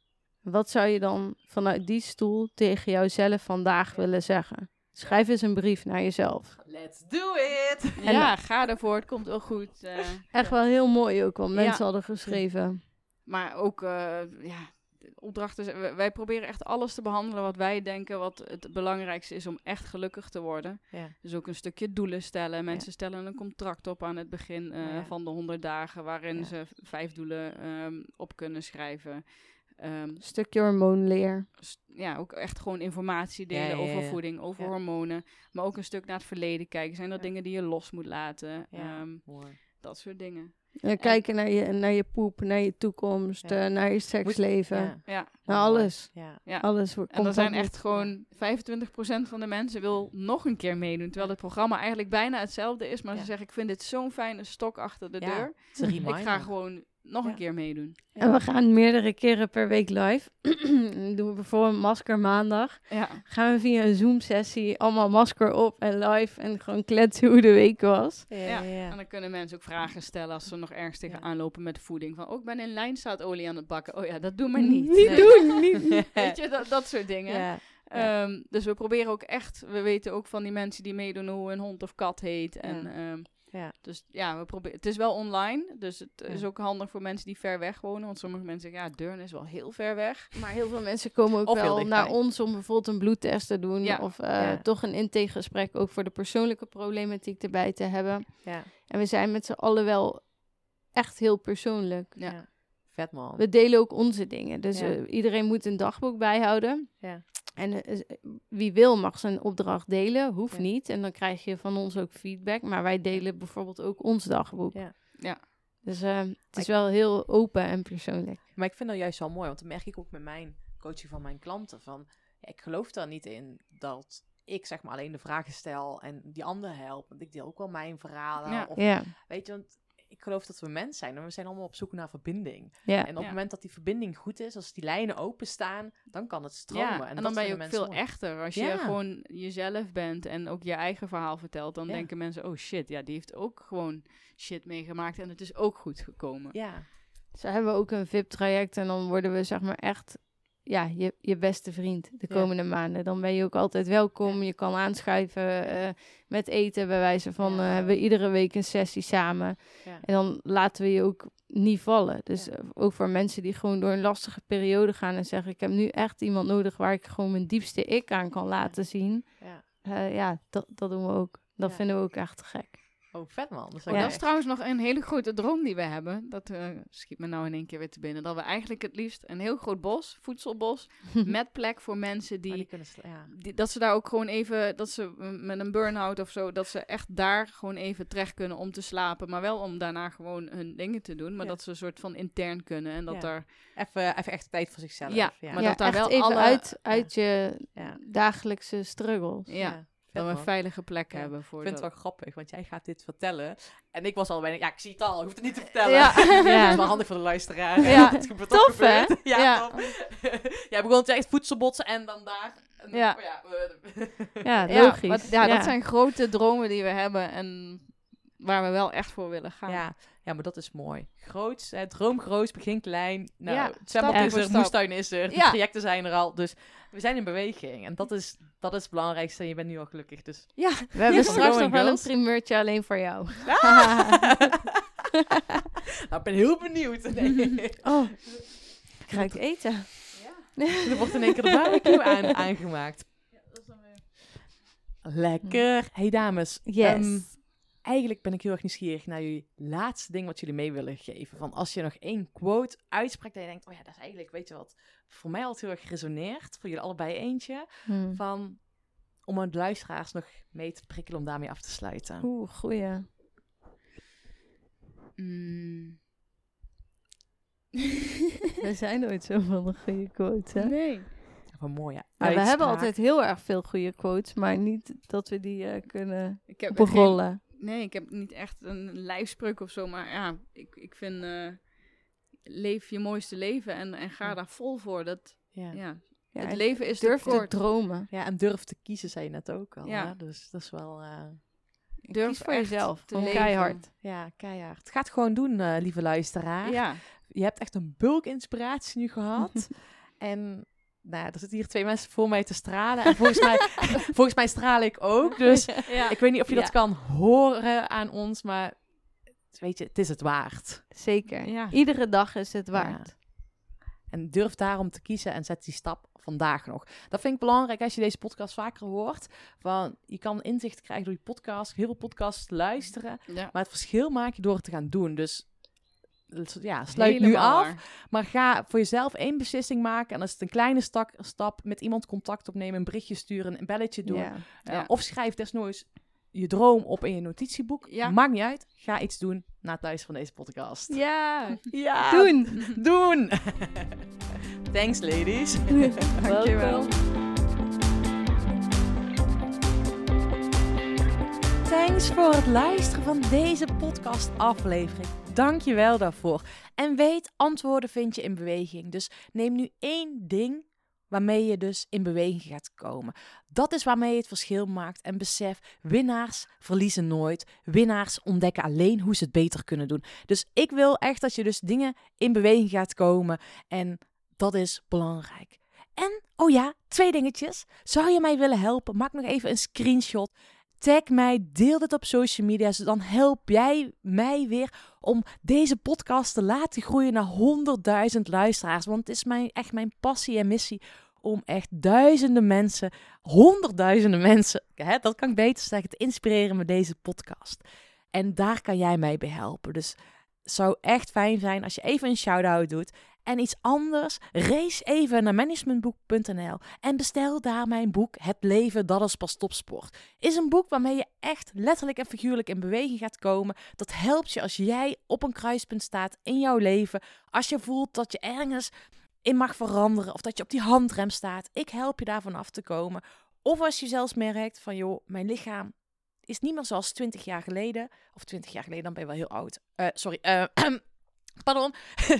Wat zou je dan vanuit die stoel tegen jouzelf vandaag Ja. willen zeggen? Schrijf eens een brief naar jezelf. Let's do it! ja, ga ervoor. Het komt wel goed. eh. Echt wel heel mooi ook, wat Ja. mensen hadden geschreven. Maar ook, eh, ja, de opdrachten. zijn- wij- Wij proberen echt alles te behandelen wat wij denken wat het belangrijkste is om echt gelukkig te worden. Ja. Dus ook een stukje doelen stellen. Mensen stellen een contract op aan het begin eh, Ja. van de honderd dagen, waarin Ja. ze v- vijf doelen ehm, op kunnen schrijven. Ehm, Een stukje hormoonleer. st- ja, ook echt gewoon informatie Ja, delen ja, over ja. voeding, over Ja. hormonen. Maar ook een stuk naar het verleden kijken. Zijn er Ja. dingen die je los moet laten? Ja, Ehm, mooi. dat soort dingen. En kijken naar je, naar je poep, naar je toekomst, Ja. eh, naar je seksleven. Ja. Ja. Naar alles. Ja. Ja. Alles wordt En er komt zijn aan echt bod. gewoon vijfentwintig procent van de mensen wil nog een keer meedoen. Terwijl het programma eigenlijk bijna hetzelfde is. Maar Ja. ze zeggen, ik vind dit zo'n fijne stok achter de Ja, deur. het is een Ik reminder. ga gewoon nog Ja. een keer meedoen. En we gaan meerdere keren per week live. Dan doen we bijvoorbeeld masker maandag. Ja, Gaan we via een Zoom-sessie allemaal masker op en live en gewoon kletsen hoe de week was. Ja, ja. ja, ja. En dan kunnen mensen ook vragen stellen als ze nog ergens tegenaan Ja. lopen met de voeding. Van, oh, ik ben in lijnzaadolie aan het bakken. Oh ja, dat doen we niet. Niet Nee. doen, niet. Weet je, dat, dat soort dingen. Ja. Ehm, dus we proberen ook echt, we weten ook van die mensen die meedoen hoe een hond of kat heet. En, Ja. ehm, Ja. Dus ja, we proberen. Het is wel online, dus het Ja. is ook handig voor mensen die ver weg wonen. Want sommige mensen zeggen, ja, Deurne is wel heel ver weg. Maar heel veel mensen komen ook Of heel wel dichtbij. naar ons om bijvoorbeeld een bloedtest te doen. Ja. Of eh, Ja. toch een intakegesprek ook voor de persoonlijke problematiek erbij te hebben. Ja. En we zijn met z'n allen wel echt heel persoonlijk. Ja. Ja. Vet man. We delen ook onze dingen. Dus Ja. eh, iedereen moet een dagboek bijhouden. Ja. En eh, wie wil mag zijn opdracht delen, hoeft Ja. niet. En dan krijg je van ons ook feedback. Maar wij delen bijvoorbeeld ook ons dagboek. Ja. Ja. Dus eh, het is ik- wel heel open en persoonlijk. Maar ik vind dat juist wel mooi, want dat merk ik ook met mijn coaching van mijn klanten. Van, ja, ik geloof daar niet in dat ik zeg maar alleen de vragen stel en die ander help. Want ik deel ook wel mijn verhalen. Ja. Of, Ja, Weet je, want ik geloof dat we mens zijn en we zijn allemaal op zoek naar verbinding. ja. En op het Ja. moment dat die verbinding goed is, als die lijnen openstaan, dan kan het stromen. Ja, en, dat dan ben je ook vinden veel mensen mooi. echter. Als je Ja. gewoon jezelf bent en ook je eigen verhaal vertelt, dan Ja. denken mensen, oh shit, ja, die heeft ook gewoon shit meegemaakt en het is ook goed gekomen. Ja, Zo hebben we ook een V I P-traject en dan worden we zeg maar echt ja, je, je beste vriend de Ja. komende maanden. Dan ben je ook altijd welkom. Ja. Je kan aanschuiven eh, met eten bij wijze van Ja. eh, hebben we iedere week een sessie samen. Ja. En dan laten we je ook niet vallen. Dus Ja. eh, ook voor mensen die gewoon door een lastige periode gaan en zeggen ik heb nu echt iemand nodig waar ik gewoon mijn diepste ik aan kan laten zien. ja. Eh, ja, dat, dat doen we ook. Dat Ja. vinden we ook echt te gek. Oh, vet man. Dat is, Oh, dat is trouwens nog een hele grote droom die we hebben. Dat uh, schiet me nou in één keer weer te binnen. Dat we eigenlijk het liefst een heel groot bos, voedselbos, met plek voor mensen die, die, kunnen sla- ja. die... Dat ze daar ook gewoon even, dat ze uh, met een burn-out of zo, dat ze echt daar gewoon even terecht kunnen om te slapen. Maar wel om daarna gewoon hun dingen te doen. Maar Ja. dat ze een soort van intern kunnen. En dat Ja. daar... Even, even echt tijd voor zichzelf. Ja, ja. maar ja, dat daar echt wel even alle- uit, uit je Ja. dagelijkse struggles. Ja, Ja, vet, dat we een man. veilige plek Ja. hebben voor Ik vind het dat. wel grappig, want jij gaat dit vertellen. En ik was al bijna, ja, ik zie het al, ik hoef het niet te vertellen. Ja. Ja. Dat is wel handig voor de luisteraar. Ja. Het gebeurt Tof, toch gebeurd. hè? Ja, Ja. tof. Jij begon te echt voedselbotsen en dan daar. En dan- Ja. oh ja, uh, Ja, Ja, logisch. maar- ja, dat zijn grote dromen die we hebben en waar we wel echt voor willen gaan. ja. ja, maar dat is mooi. Groots, hè, droom groot, begin klein. Nou, Ja, het zwembad stap is voor er, stap. moestuin is er, de Ja. trajecten zijn er al. Dus we zijn in beweging. En dat is, dat is het belangrijkste. En je bent nu al gelukkig. Dus Ja, We hebben Ja, straks going, nog wel girls. een primeurtje alleen voor jou. nou, ik ben heel benieuwd. Nee. Oh, ik ga ik eten. Er wordt in één keer de barbecue aan, aangemaakt. Lekker. Hey dames. Yes. ehm, eigenlijk ben ik heel erg nieuwsgierig naar jullie laatste ding wat jullie mee willen geven. Van als je nog één quote uitspreekt dat je denkt, oh ja, dat is eigenlijk, weet je wat, voor mij altijd heel erg geresoneerd. Voor jullie allebei eentje. Hmm. Van, om de luisteraars nog mee te prikkelen om daarmee af te sluiten. Oeh, goeie. Mm. Er zijn nooit zoveel goede quotes, hè? Nee. Wat mooi, ja. Ja, we hebben Uitspraak. altijd heel erg veel goede quotes, maar niet dat we die eh, kunnen Ik heb er geen, berollen. nee, ik heb niet echt een lijfspreuk of zo, maar ja, ik, ik vind eh, leef je mooiste leven en, en ga Ja. daar vol voor. Dat, Ja. ja. Ja, Het en leven is durf te te kort. dromen. ja, en durf te kiezen, zei je net ook al. Ja. Hè? Dus dat is wel... eh, Durf Kies voor echt jezelf. te Gewoon leven. keihard. ja, keihard. Ga het gewoon doen, eh, lieve luisteraar. Ja, Je hebt echt een bulk inspiratie nu gehad. En nou, er zitten hier twee mensen voor mij te stralen. En volgens mij, volgens mij straal ik ook. Dus ja. ik weet niet of je Ja. dat kan horen aan ons. Maar weet je, het is het waard. Zeker. Ja. Iedere dag is het waard. En durf daarom te kiezen en zet die stap vandaag nog. Dat vind ik belangrijk als je deze podcast vaker hoort. Van, je kan inzicht krijgen door je podcast. Heel veel podcasts te luisteren. Ja. Maar het verschil maak je door het te gaan doen. Dus ja, sluit nu Helemaal af. waar. Maar ga voor jezelf één beslissing maken. En als het een kleine stak, stap, met iemand contact opnemen, een berichtje sturen, een belletje doen. Ja. Uh, Ja. Of schrijf desnoods je droom op in je notitieboek. Ja. Maakt niet uit. Ga iets doen na het luisteren van deze podcast. Ja, Ja, doen. doen. Thanks, ladies. Dankjewel. Thanks voor het luisteren van deze podcast-aflevering. Dank je wel daarvoor. En weet, antwoorden vind je in beweging. Dus neem nu één ding waarmee je dus in beweging gaat komen. Dat is waarmee je het verschil maakt. En besef, winnaars verliezen nooit. Winnaars ontdekken alleen hoe ze het beter kunnen doen. Dus ik wil echt dat je dus dingen in beweging gaat komen. En dat is belangrijk. En, oh ja, twee dingetjes. Zou je mij willen helpen? Maak nog even een screenshot. Tag mij, deel dit op social media. Dus dan help jij mij weer om deze podcast te laten groeien naar honderdduizend luisteraars. Want het is mijn, echt mijn passie en missie om echt duizenden mensen, honderdduizenden mensen, hè, dat kan ik beter zeggen, te inspireren met deze podcast. En daar kan jij mij bij helpen. Dus het zou echt fijn zijn als je even een shout-out doet. En iets anders, race even naar managementboek punt n l en bestel daar mijn boek Het leven, dat is pas topsport. Is een boek waarmee je echt letterlijk en figuurlijk in beweging gaat komen. Dat helpt je als jij op een kruispunt staat in jouw leven. Als je voelt dat je ergens in mag veranderen of dat je op die handrem staat. Ik help je daarvan af te komen. Of als je zelfs merkt van joh, mijn lichaam is niet meer zoals twintig jaar geleden. Of twintig jaar geleden, dan ben je wel heel oud. Uh, sorry, uh, Pardon.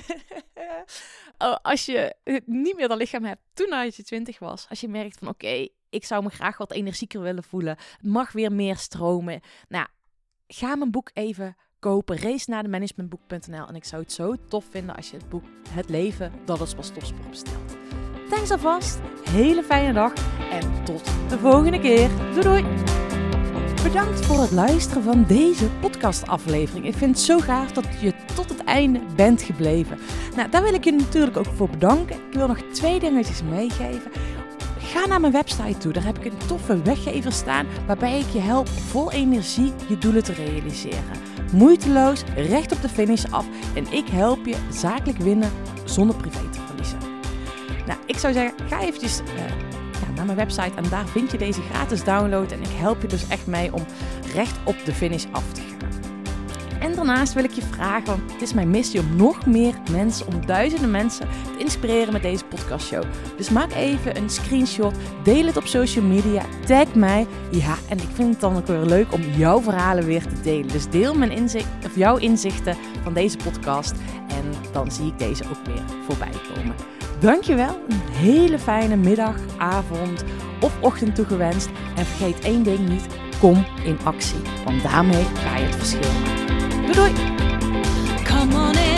Als je niet meer dat lichaam hebt toen als je twintig was. Als je merkt van oké, okay, ik zou me graag wat energieker willen voelen. Het mag weer meer stromen. Nou, ga mijn boek even kopen. Race naar de managementboek punt n l. En ik zou het zo tof vinden als je het boek Het leven, dat is pas topsport bestelt. Thanks alvast. Hele fijne dag. En tot de volgende keer. Doei doei. Bedankt voor het luisteren van deze podcastaflevering. Ik vind het zo gaaf dat je tot het einde bent gebleven. Nou, daar wil ik je natuurlijk ook voor bedanken. Ik wil nog twee dingetjes meegeven. Ga Ga naar mijn website toe. Daar heb ik een toffe weggever staan waarbij ik je help vol energie je doelen te realiseren. Moeiteloos, recht op de finish af en ik help je zakelijk winnen zonder privé te verliezen. Nou, ik zou zeggen, ga eventjes uh, ja, naar mijn website en daar vind je deze gratis download en ik help je dus echt mee om recht op de finish af te gaan. En daarnaast wil ik je vragen, want het is mijn missie om nog meer mensen, om duizenden mensen te inspireren met deze podcastshow. Dus maak even een screenshot, deel het op social media, tag mij. Ja, en ik vind het dan ook weer leuk om jouw verhalen weer te delen. Dus deel mijn inzicht, of jouw inzichten van deze podcast en dan zie ik deze ook weer voorbij komen. Dankjewel, een hele fijne middag, avond of ochtend toegewenst. En vergeet één ding niet, kom in actie, want daarmee ga je het verschil maken. Doei doei! Come on in.